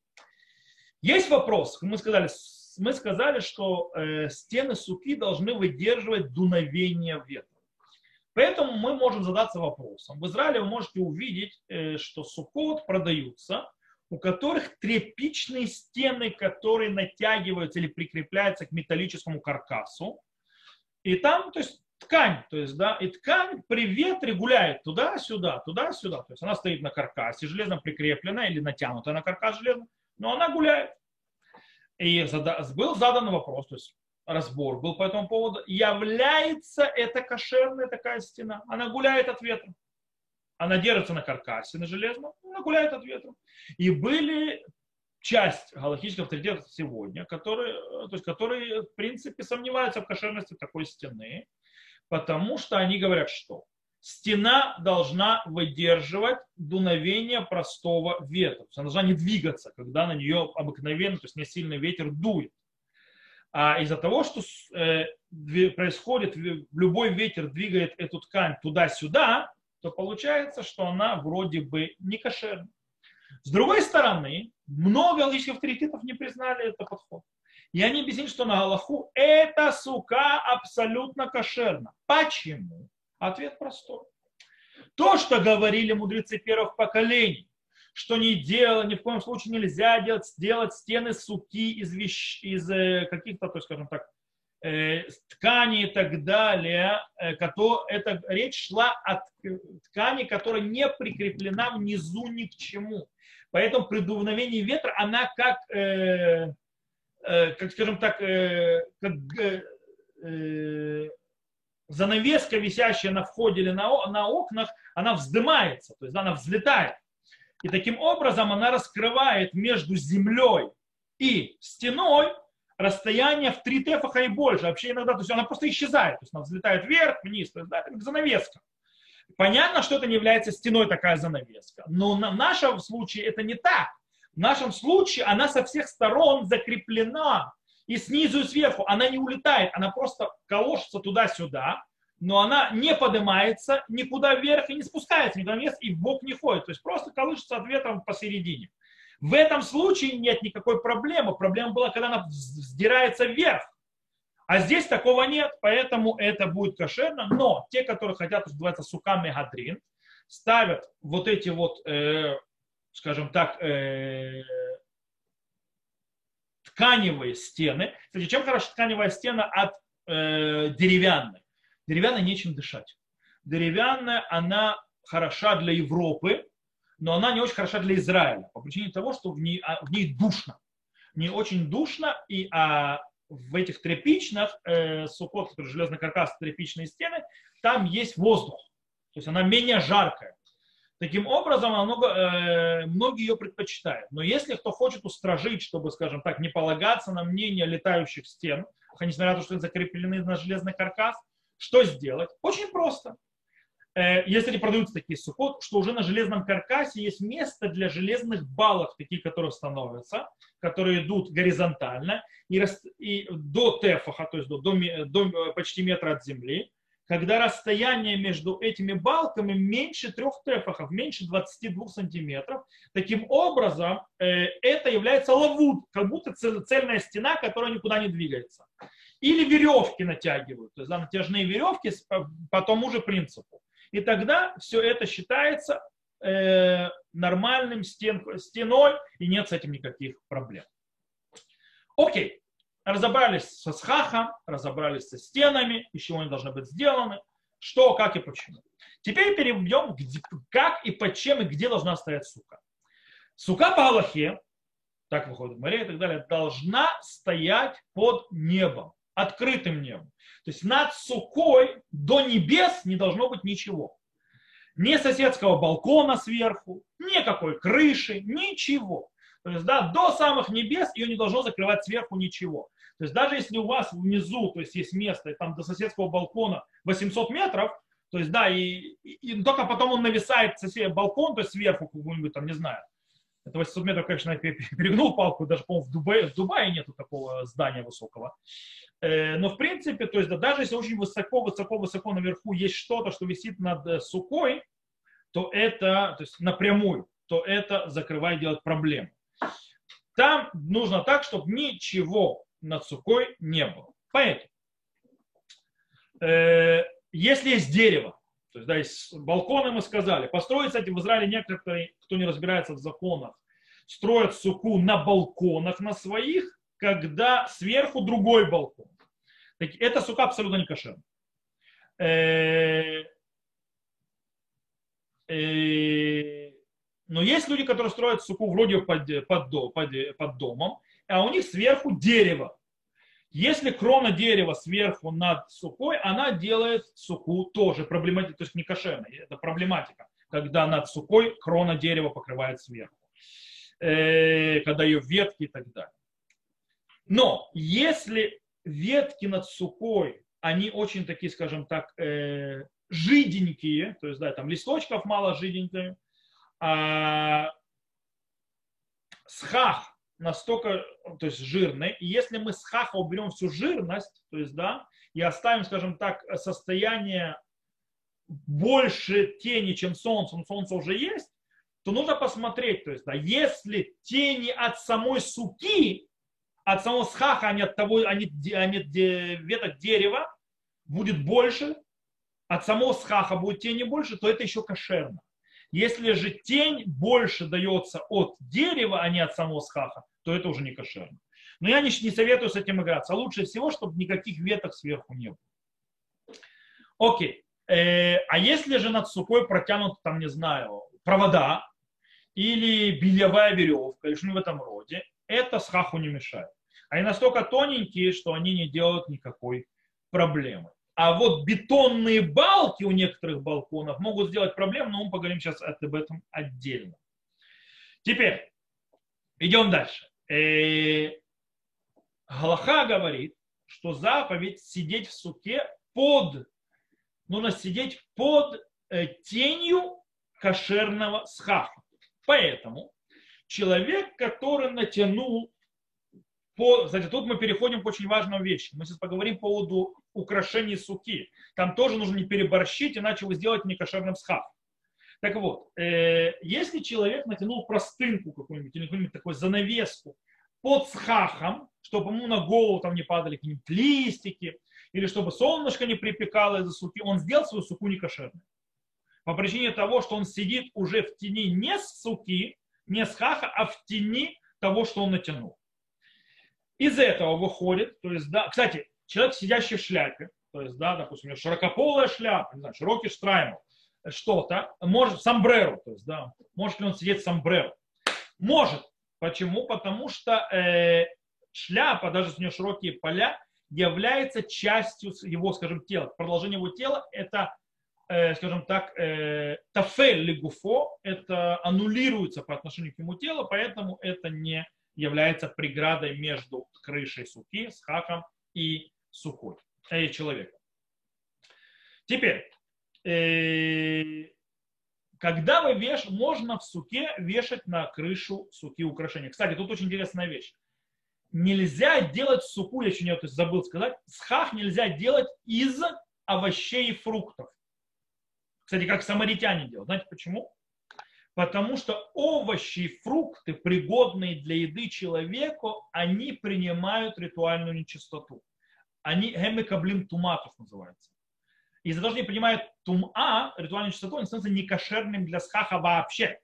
S1: Есть вопрос. Мы сказали, что стены суки должны выдерживать дуновение ветра. Поэтому мы можем задаться вопросом. В Израиле вы можете увидеть, что суккот продаются, у которых тряпичные стены, которые натягиваются или прикрепляются к металлическому каркасу. И там, то есть, ткань, то есть, да, и ткань при ветре гуляет туда-сюда, туда-сюда. То есть она стоит на каркасе, железно прикреплена или натянута на каркас железно, но она гуляет. И был задан вопрос, то есть разбор был по этому поводу, является это кошерная такая стена? Она гуляет от ветра. Она держится на каркасе, на железном, она гуляет от ветра. И были часть галахических авторитетов сегодня, которые, в принципе, сомневаются в кошерности такой стены, потому что они говорят, что стена должна выдерживать дуновение простого ветра. То есть она должна не двигаться, когда на нее обыкновенно, то есть не сильный ветер дует. А из-за того, что происходит, любой ветер двигает эту ткань туда-сюда, то получается, что она вроде бы не кошерна. С другой стороны, много галахических авторитетов не признали этот подход. И они объяснили, что на галаху эта сука абсолютно кошерна. Почему? Ответ простой. То, что говорили мудрецы первых поколений, что ни в коем случае нельзя делать стены суки из каких-то, то есть, скажем так, ткани и так далее, речь шла о ткани, которая не прикреплена внизу ни к чему. Поэтому при дуновении ветра она как скажем так, как занавеска, висящая на входе или на окнах, она вздымается, то есть она взлетает. И таким образом она раскрывает между землей и стеной расстояние в 3 тефаха и больше. Вообще иногда, то есть она просто исчезает, то есть она взлетает вверх, вниз, то есть да, это как занавеска. Понятно, что это не является стеной такая занавеска, но в нашем случае это не так. В нашем случае она со всех сторон закреплена, и снизу, и сверху. Она не улетает, она просто колошется туда-сюда, но она не поднимается никуда вверх и не спускается никуда вниз, и в бок не ходит. То есть просто колышется от ветра посередине. В этом случае нет никакой проблемы. Проблема была, когда она вздирается вверх. А здесь такого нет, поэтому это будет кошерно. Но те, которые хотят, что называется сука мегадрин, ставят вот эти вот, скажем так, тканевые стены. Кстати, чем хороша тканевая стена от деревянной? Деревянной нечем дышать. Деревянная, она хороша для Европы, но она не очень хороша для Израиля. По причине того, что в ней душно. В ней очень душно, и в этих тряпичных, сукот, которые железный каркас, тряпичные стены, там есть воздух. То есть она менее жаркая. Таким образом, многие ее предпочитают. Но если кто хочет устражить, чтобы, скажем так, не полагаться на мнение летающих стен, несмотря на то, что они закреплены на железный каркас, что сделать? Очень просто. Если не продаются такие сукот, что уже на железном каркасе есть место для железных балок, такие, которые становятся, которые идут горизонтально и до тефаха, то есть до почти метра от земли, когда расстояние между этими балками меньше 3 тефахов, меньше 22 сантиметров. Таким образом, это является лавут, как будто цельная стена, которая никуда не двигается. Или веревки натягивают, то есть натяжные веревки по тому же принципу. И тогда все это считается нормальным стеной, и нет с этим никаких проблем. Окей. Разобрались со схахом, разобрались со стенами, из чего они должны быть сделаны, что, как и почему. Теперь перейдем, как и под чем и где должна стоять сука. Сука по Аллахе, так выходит в море и так далее, должна стоять под небом, открытым небом. То есть над сукой до небес не должно быть ничего. Ни соседского балкона сверху, никакой крыши, ничего. То есть, да, до самых небес ее не должно закрывать сверху ничего. То есть даже если у вас внизу, то есть есть место, и там до соседского балкона 800 метров, то есть, да, и только потом он нависает балкон, то есть сверху какую-нибудь там, не знаю, это 800 метров, конечно, перегнул палку, даже, по-моему, в Дубае нету такого здания высокого. Но, в принципе, то есть, да, даже если очень высоко наверху есть что-то, что висит над сукой, то это, то есть напрямую, то это закрывает, делать проблему. Там нужно так, чтобы ничего над сукой не было. Поэтому, если есть дерево, то есть, да, есть балконы, мы сказали, построить, кстати, в Израиле некоторые, кто не разбирается в законах, строят суку на балконах на своих, когда сверху другой балкон. Эта сука абсолютно не кошерна. Но есть люди, которые строят суку вроде под домом, а у них сверху дерево. Если крона дерева сверху над сукой, она делает суку тоже проблематично, то есть не кошерной. Это проблематика, когда над сукой крона дерева покрывает сверху, когда ее ветки и так далее. Но если ветки над сукой, они очень такие, скажем так, жиденькие, то есть да, там листочков мало жиденькие, а схах настолько, то есть жирный, и если мы с хаха уберем всю жирность, то есть, да, и оставим, скажем так, состояние больше тени, чем солнце, но солнце уже есть, то нужно посмотреть, то есть, да, если тени от самой суки, от самого схаха, а не от того, а не веток дерева, будет больше, от самого схаха будет тени больше, то это еще кошерно. Если же тень больше дается от дерева, а не от самого схаха, то это уже не кошерно. Но я не советую с этим играться. А лучше всего, чтобы никаких веток сверху не было. Окей. А если же над сукой протянут, там, не знаю, провода, или бельевая веревка, или что-нибудь в этом роде, это схаху не мешает. Они настолько тоненькие, что они не делают никакой проблемы. А вот бетонные балки у некоторых балконов могут сделать проблему, но мы поговорим сейчас об этом отдельно. Теперь идем дальше. Галаха говорит, что заповедь сидеть в суке нужно сидеть под тенью кошерного схаха. Поэтому человек, который натянул, кстати, тут мы переходим к очень важной вещи. Мы сейчас поговорим по поводу украшений суки. Там тоже нужно не переборщить, иначе вы сделаете некошерным схах. Так вот, если человек натянул простынку какую-нибудь или какую-нибудь такую занавеску под схахом, чтобы ему на голову там не падали какие-нибудь листики, или чтобы солнышко не припекало из-за суки, он сделал свою суку некошерной. По причине того, что он сидит уже в тени не с суки, не с хаха, а в тени того, что он натянул. Из этого выходит, то есть, да, кстати, человек, сидящий в шляпе, то есть, да, допустим, у него широкополая шляпа, не знаю, широкий штраймл, что-то, может, сомбреро, то есть, да, может ли он сидеть в сомбреро? Может. Почему? Потому что шляпа, даже если у него широкие поля, является частью его, скажем, тела. Продолжение его тела – это, скажем так, тафель лигуфо, это аннулируется по отношению к ему телу, поэтому это не является преградой между крышей суки, схахом и сукой, человеком. Теперь, когда можно в суке вешать на крышу суки украшения. Кстати, тут очень интересная вещь. Нельзя делать суку, я еще не забыл сказать, схах нельзя делать из овощей и фруктов. Кстати, как самаритяне делают. Знаете почему? Потому что овощи и фрукты, пригодные для еды человеку, они принимают ритуальную нечистоту. Они гемекаблим туматов называются. Из-за того, что они принимают тума, ритуальную нечистоту, они становятся некошерным для схаха вообще.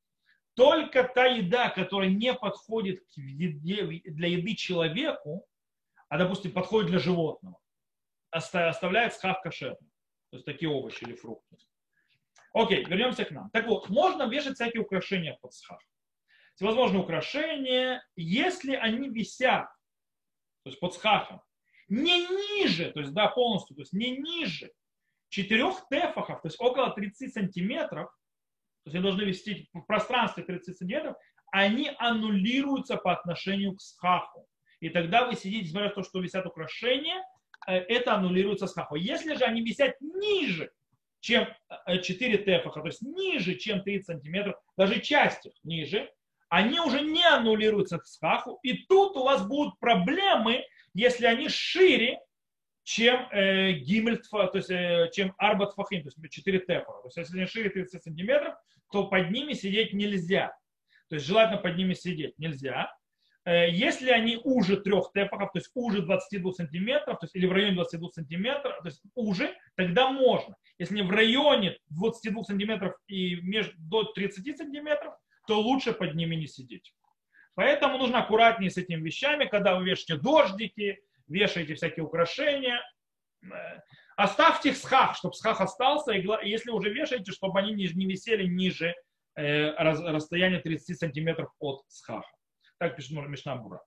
S1: Только та еда, которая не подходит для еды человеку, а, допустим, подходит для животного, оставляет схах кошерным. То есть такие овощи или фрукты. Окей, вернемся к нам. Так вот, можно вешать всякие украшения под схах. Всевозможные украшения, если они висят, то есть под схахом, не ниже, то есть да, полностью, то есть не ниже 4 тефахов, то есть около 30 сантиметров, то есть они должны висеть в пространстве 30 сантиметров, они аннулируются по отношению к схаху. И тогда вы сидите, несмотря на то, что висят украшения, это аннулируется схаху. Если же они висят ниже, чем 4 тефаха, то есть ниже, чем 30 сантиметров, даже часть их ниже, они уже не аннулируются к схаху. И тут у вас будут проблемы, если они шире, чем гимель, то есть чем арбат фахим, то есть 4 тефаха. То есть если они шире 30 сантиметров, то под ними сидеть нельзя. То есть желательно под ними сидеть нельзя. Если они уже 3 тефахов, то есть уже 22 сантиметров, то есть или в районе 22 сантиметров, то есть уже, тогда можно. Если в районе 22 сантиметров и до 30 сантиметров, то лучше под ними не сидеть. Поэтому нужно аккуратнее с этими вещами, когда вы вешаете дождики, вешаете всякие украшения. Оставьте их схах, чтобы схах остался, и если уже вешаете, чтобы они не висели ниже расстояния 30 сантиметров от схаха. Так пишет Мишна Бура.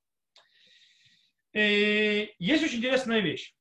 S1: Есть очень интересная вещь.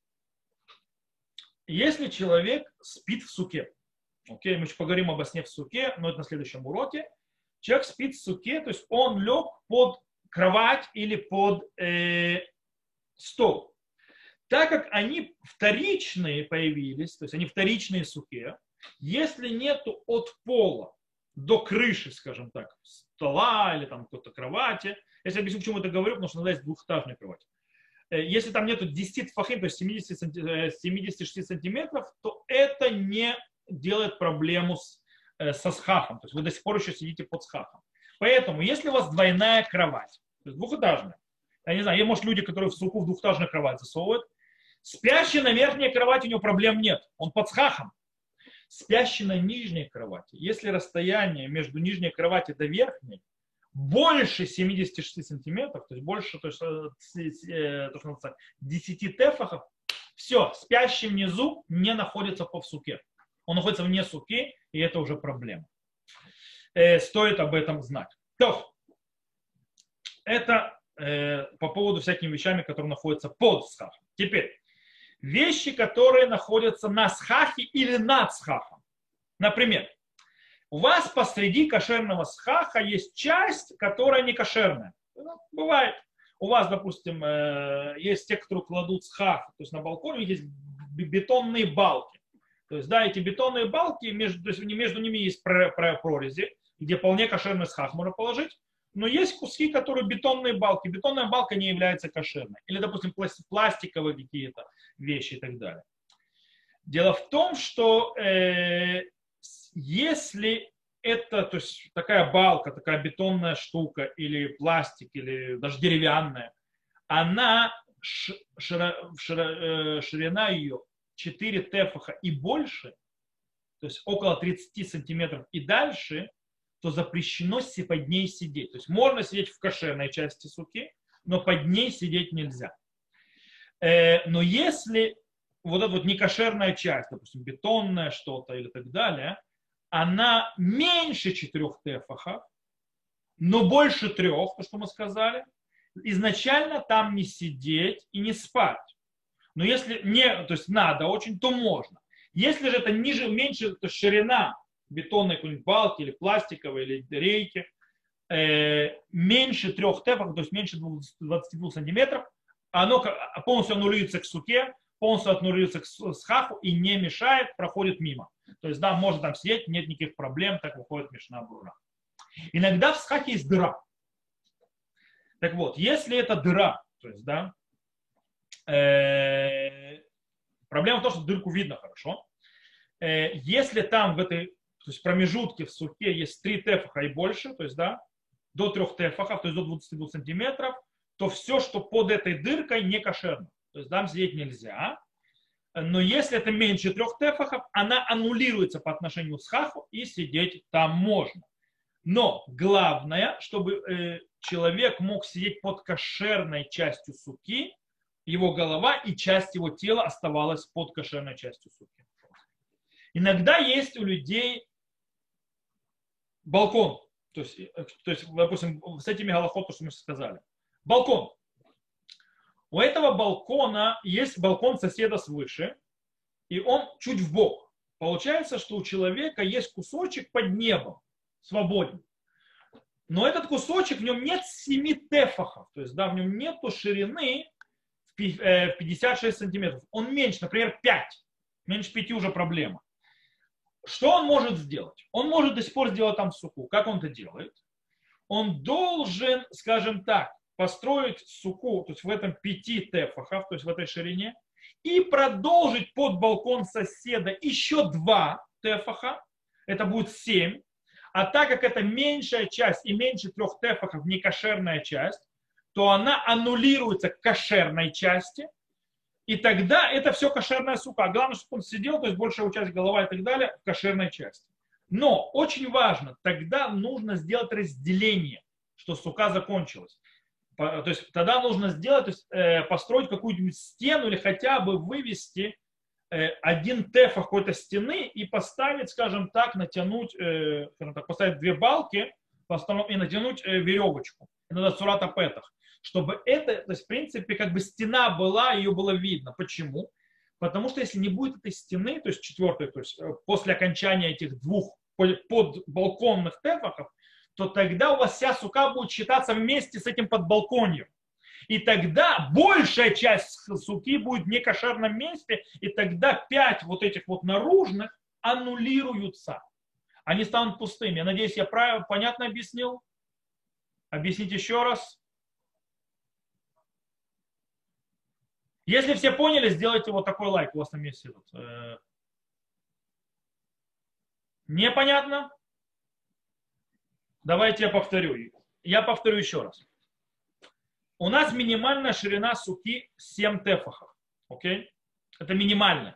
S1: Если человек спит в суке, окей, мы еще поговорим обо сне в суке, но это на следующем уроке. Человек спит в суке, то есть он лег под кровать или под стол. Так как они вторичные появились, то есть они вторичные в суке, если нету от пола до крыши, скажем так, стола или там какой-то кровати, если я объясню, почему это говорю, потому что иногда есть двухэтажная кровать. Если там нету 10 тфахим, то есть 76 сантиметров, то это не делает проблему со схахом. То есть вы до сих пор еще сидите под схахом. Поэтому, если у вас двойная кровать, то есть двухэтажная, я не знаю, есть, может, люди, которые в суку в двухэтажную кровать засовывают, спящий на верхней кровати, у него проблем нет, он под схахом. Спящий на нижней кровати, если расстояние между нижней кровати до верхней больше 76 сантиметров, то есть больше то есть, 10 тефахов, все, спящий внизу не находится в суке. Он находится вне суки, и это уже проблема. стоит об этом знать. То, это по поводу всякими вещами, которые находятся под схахом. Теперь, вещи, которые находятся на схахе или над схахом. Например, у вас посреди кошерного схаха есть часть, которая не кошерная. Бывает. У вас, допустим, есть те, которые кладут схах, то есть на балконе у них есть бетонные балки. То есть, да, эти бетонные балки, то есть между ними есть прорези, где вполне кошерный схах можно положить. Но есть куски, которые бетонные балки. Бетонная балка не является кошерной. Или, допустим, пластиковые какие-то вещи и так далее. Дело в том, что если это, то есть такая балка, такая бетонная штука, или пластик, или даже деревянная, она, ширина ее 4 тефаха и больше, то есть около 30 сантиметров и дальше, то запрещено под ней сидеть. То есть можно сидеть в кошерной части суки, но под ней сидеть нельзя. Но если вот эта вот некошерная часть, допустим, бетонная что-то или так далее, она меньше 4 тефахов, но больше 3, то, что мы сказали, изначально там не сидеть и не спать. Но если не, то есть надо очень, то можно. Если же это ниже, меньше, то ширина бетонной какой-нибудь балки или пластиковой, или рейки, меньше 3 тефахов, то есть меньше 22 сантиметров, оно полностью аннулируется к суке, полностью аннулируется к схаху и не мешает, проходит мимо. То есть, да, можно там сидеть, нет никаких проблем, так выходит Мишна Брура. Иногда в схахе есть дыра. Так вот, если это дыра, то есть, да, проблема в том, что дырку видно хорошо. Если там в этой, то есть промежутке в суке есть 3 тефаха и больше, то есть, да, до 3 тефахов, то есть до 22 сантиметров, то все, что под этой дыркой, не кошерно. То есть там сидеть нельзя. Но если это меньше 3 тефахов, она аннулируется по отношению к схаху, и сидеть там можно. Но главное, чтобы человек мог сидеть под кошерной частью суки, его голова и часть его тела оставалась под кошерной частью суки. Иногда есть у людей балкон. То есть допустим, с этими галахот, что мы сказали. Балкон. У этого балкона есть балкон соседа свыше, и он чуть вбок. Получается, что у человека есть кусочек под небом, свободен. Но этот кусочек, в нем нет 7 тефахов, то есть да, в нем нет ширины в 56 сантиметров. Он меньше, например, 5. Меньше 5 уже проблема. Что он может сделать? Он может до сих пор сделать там суку. Как он это делает? Он должен, скажем так, построить суку, то есть в этом 5 тефахов, то есть в этой ширине, и продолжить под балкон соседа еще 2 тефаха, это будет 7. А так как это меньшая часть и меньше 3 тефахов, не кошерная часть, то она аннулируется к кошерной части, и тогда это все кошерная сука. Главное, чтобы он сидел, то есть большая часть голова и так далее, в кошерной части. Но очень важно, тогда нужно сделать разделение, что сука закончилась. То есть тогда нужно сделать, то есть, построить какую-нибудь стену или хотя бы вывести один тефах какой-то стены и поставить, скажем так, натянуть, скажем так, поставить 2 балки и натянуть веревочку. Это цурата петах. Чтобы это, то есть, в принципе, как бы стена была, ее было видно. Почему? Потому что если не будет этой стены, то есть 4, то есть после окончания этих 2 подбалконных тефахов, то тогда у вас вся сука будет считаться вместе с этим подбалконьем. И тогда большая часть суки будет в некошерном месте, и тогда 5 вот этих вот наружных аннулируются. Они станут пустыми. Я надеюсь, я правильно, понятно объяснил? Объяснить еще раз. Если все поняли, сделайте вот такой лайк. У вас там есть этот. Непонятно? Давайте я повторю. Я повторю еще раз. У нас минимальная ширина суки 7 тефахов. Окей? Это минимальная.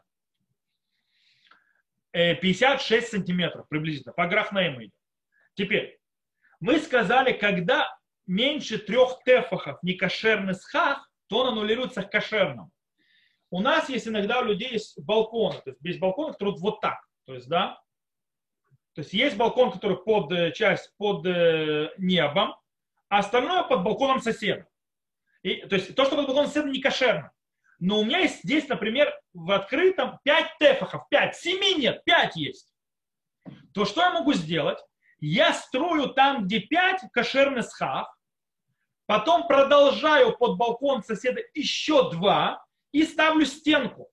S1: 56 сантиметров приблизительно. По Грахнейму идет. Теперь, мы сказали, когда меньше 3 тефахов некошерный схах, то он аннулируется к кошерному. У нас есть иногда у людей есть балконы. То есть без балкона, которые вот так. То есть, да, То есть есть балкон, который под часть под небом, а остальное под балконом соседа. То есть то, что под балконом соседа, не кошерно. Но у меня есть здесь, например, в открытом 5 тефахов, 5, 7 нет, 5 есть. То что я могу сделать? Я строю там, где 5 кошерный схав, потом продолжаю под балкон соседа еще 2 и ставлю стенку.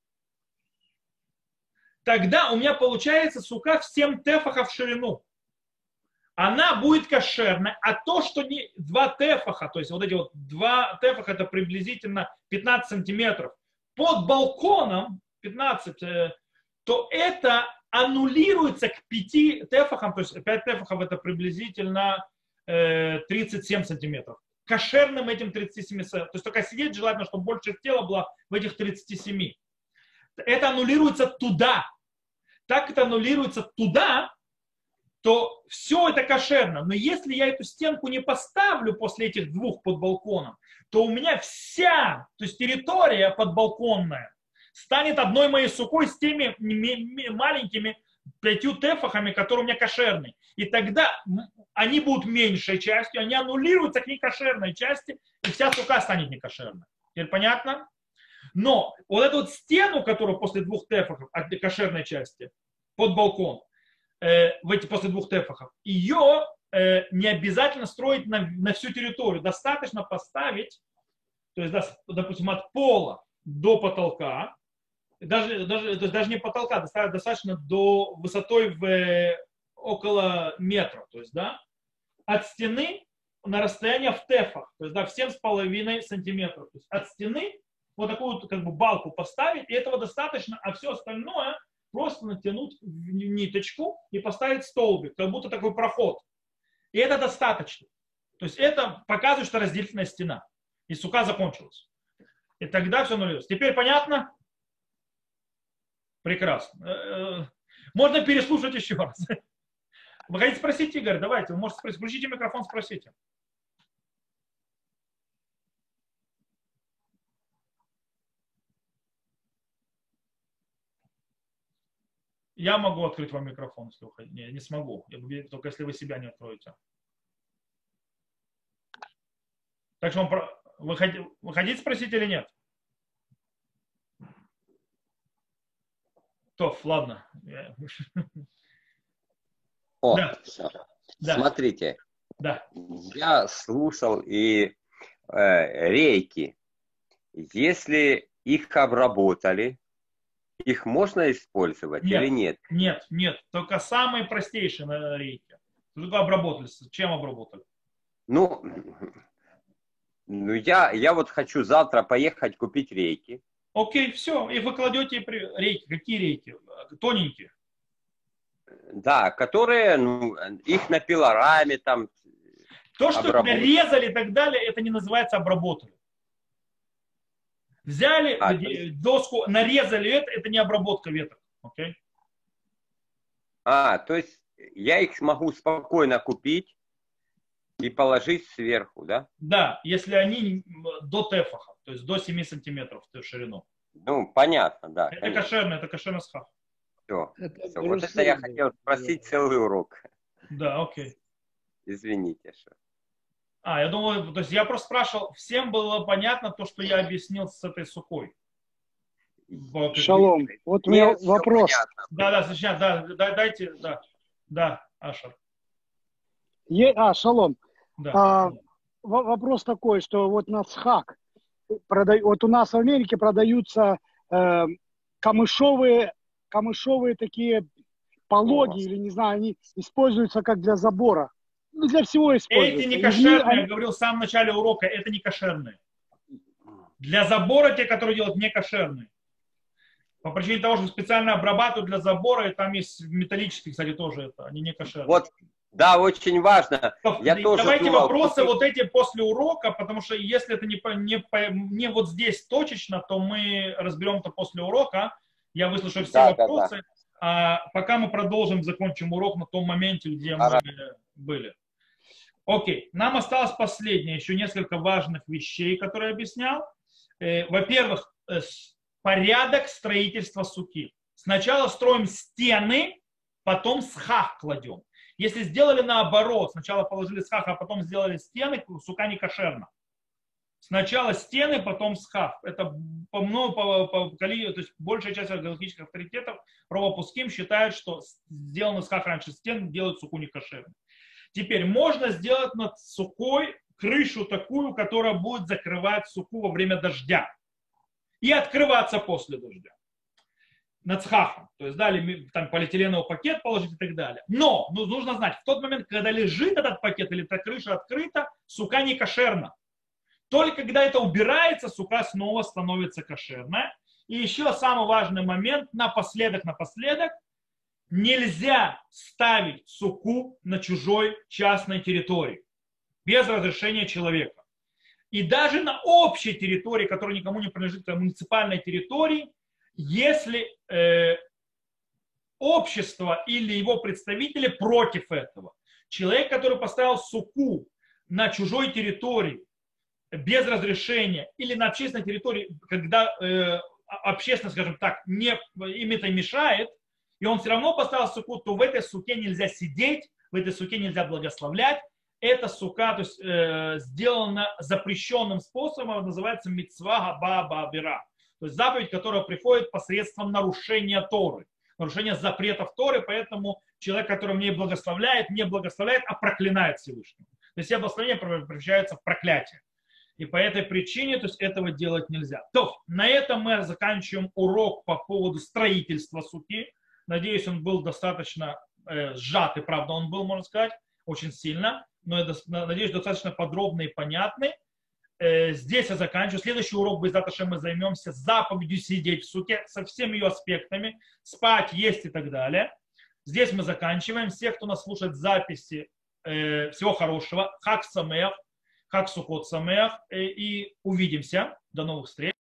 S1: Тогда у меня получается сука в 7 тефахов в ширину. Она будет кошерной, а то, что не 2 тефаха, то есть вот эти вот 2 тефаха, это приблизительно 15 сантиметров, под балконом 15, то это аннулируется к 5 тефахам, то есть 5 тефахов это приблизительно 37 сантиметров. Кошерным этим 37, то есть только сидеть желательно, чтобы больше тела было в этих 37. Это аннулируется туда. Так это аннулируется туда, то все это кошерно. Но если я эту стенку не поставлю после этих 2 под балконом, то у меня вся, то есть территория подбалконная, станет одной моей сукой с теми маленькими 5 тефахами, которые у меня кошерные. И тогда они будут меньшей частью, они аннулируются к некошерной части, и вся сука станет некошерной. Теперь понятно? Но вот эту вот стену, которую после 2 тефахов от кошерной части под балкон, после 2 тефахов, ее не обязательно строить на всю территорию. Достаточно поставить, то есть, допустим, от пола до потолка, даже не потолка, достаточно до высотой около метра, то есть, да, от стены на расстояние в тефах, то есть, да, в 7,5 сантиметров. То есть, от стены вот такую вот, как бы, балку поставить, и этого достаточно, а все остальное просто натянуть в ниточку и поставить столбик, как будто такой проход. И это достаточно. То есть это показывает, что разделительная стена. И сука закончилась. И тогда все нулилось. Теперь понятно? Прекрасно. Можно переслушать еще раз. Вы хотите спросить, Игорь? Давайте, вы можете спросить. Включите микрофон, спросите. Я могу открыть вам микрофон, если вы хотите. Не смогу. Только если вы себя не откроете. Так что вы хотите спросить или нет? Тоф, ладно.
S2: О,
S1: Да.
S2: все.
S1: Да.
S2: Смотрите,
S1: Да.
S2: я слушал и рейки, если их обработали, их можно использовать
S1: Нет,
S2: или нет?
S1: Нет. Только самые простейшие на рейке. Только обработали. Чем обработали?
S2: Ну я вот хочу завтра поехать купить рейки.
S1: Окей, все. И вы кладете рейки. Какие рейки? Тоненькие.
S2: Да, которые, их на пилораме там.
S1: То, что нарезали и так далее, это не называется обработали. Взяли доску, нарезали это не обработка веток. Окей?
S2: То есть я их могу спокойно купить и положить сверху, да?
S1: Да, если они до тефаха, то есть до 7 сантиметров в ширину.
S2: Ну, понятно, да.
S1: Это кошерный схав.
S2: Все. Вот это я хотел спросить целый урок.
S1: Да, окей.
S2: Извините. Что...
S1: Я думал, то есть я просто спрашивал, всем было понятно то, что я объяснил с этой сукой.
S3: Шалом. Вот у меня вопрос.
S1: Да, сейчас, дайте, да, Ашер.
S3: Шалом.
S1: Да.
S3: Вопрос такой, что вот на СХАК, вот у нас в Америке продаются камышовые такие пологи, или не знаю, они используются как для забора. Ну, для всего используются.
S1: Эти не кошерные, я говорил в самом начале урока, это не кошерные. Для забора те, которые делают не кошерные. По причине того, что специально обрабатывают для забора, и там есть металлические, кстати, тоже это, они не кошерные.
S2: Вот, да, очень важно.
S1: Давайте вопросы вот эти после урока, потому что если это не вот здесь точечно, то мы разберем это после урока. Я выслушаю все вопросы. А пока мы продолжим, закончим урок на том моменте, где мы были. Окей, нам осталось последнее, еще несколько важных вещей, которые я объяснял. Во-первых, порядок строительства суки. Сначала строим стены, потом схах кладем. Если сделали наоборот, сначала положили схах, а потом сделали стены, сука не кошерна. Сначала стены, потом схах. Это то есть большая часть галактических авторитетов Ровапуским считает, что сделанный схах раньше стен делают суку не кошерной. Теперь можно сделать над сукой крышу такую, которая будет закрывать суку во время дождя и открываться после дождя. Над схахом. То есть дали там полиэтиленовый пакет положить и так далее. Но нужно знать, в тот момент, когда лежит этот пакет или эта крыша открыта, сука не кошерна. Только когда это убирается, сука снова становится кошерная. И еще самый важный момент, напоследок, нельзя ставить суку на чужой частной территории без разрешения человека. И даже на общей территории, которая никому не принадлежит, как муниципальной территории, если общество или его представители против этого. Человек, который поставил суку на чужой территории без разрешения или на общественной территории, когда общественность, скажем так, им это мешает, и он все равно поставил суку, то в этой суке нельзя сидеть, в этой суке нельзя благословлять. Эта сука, то есть, сделана запрещенным способом, называется мицва габа баавира. То есть заповедь, которая приходит посредством нарушения Торы, нарушения запретов Торы, поэтому человек, который мне благословляет, не благословляет, а проклинает Всевышнего. То есть все благословения превращаются в проклятие. И по этой причине, то есть, этого делать нельзя. То, на этом мы заканчиваем урок по поводу строительства суки. Надеюсь, он был достаточно сжатый, правда, он был, можно сказать, очень сильно, но я надеюсь, достаточно подробный и понятный. Здесь я заканчиваю. Следующий урок, Бейзат Ашем, мы займемся заповедью сидеть в суке со всеми ее аспектами, спать, есть и так далее. Здесь мы заканчиваем. Всех, кто нас слушает записи, всего хорошего. Хаг Самеах, Хаг Сукот Самеах. И увидимся. До новых встреч.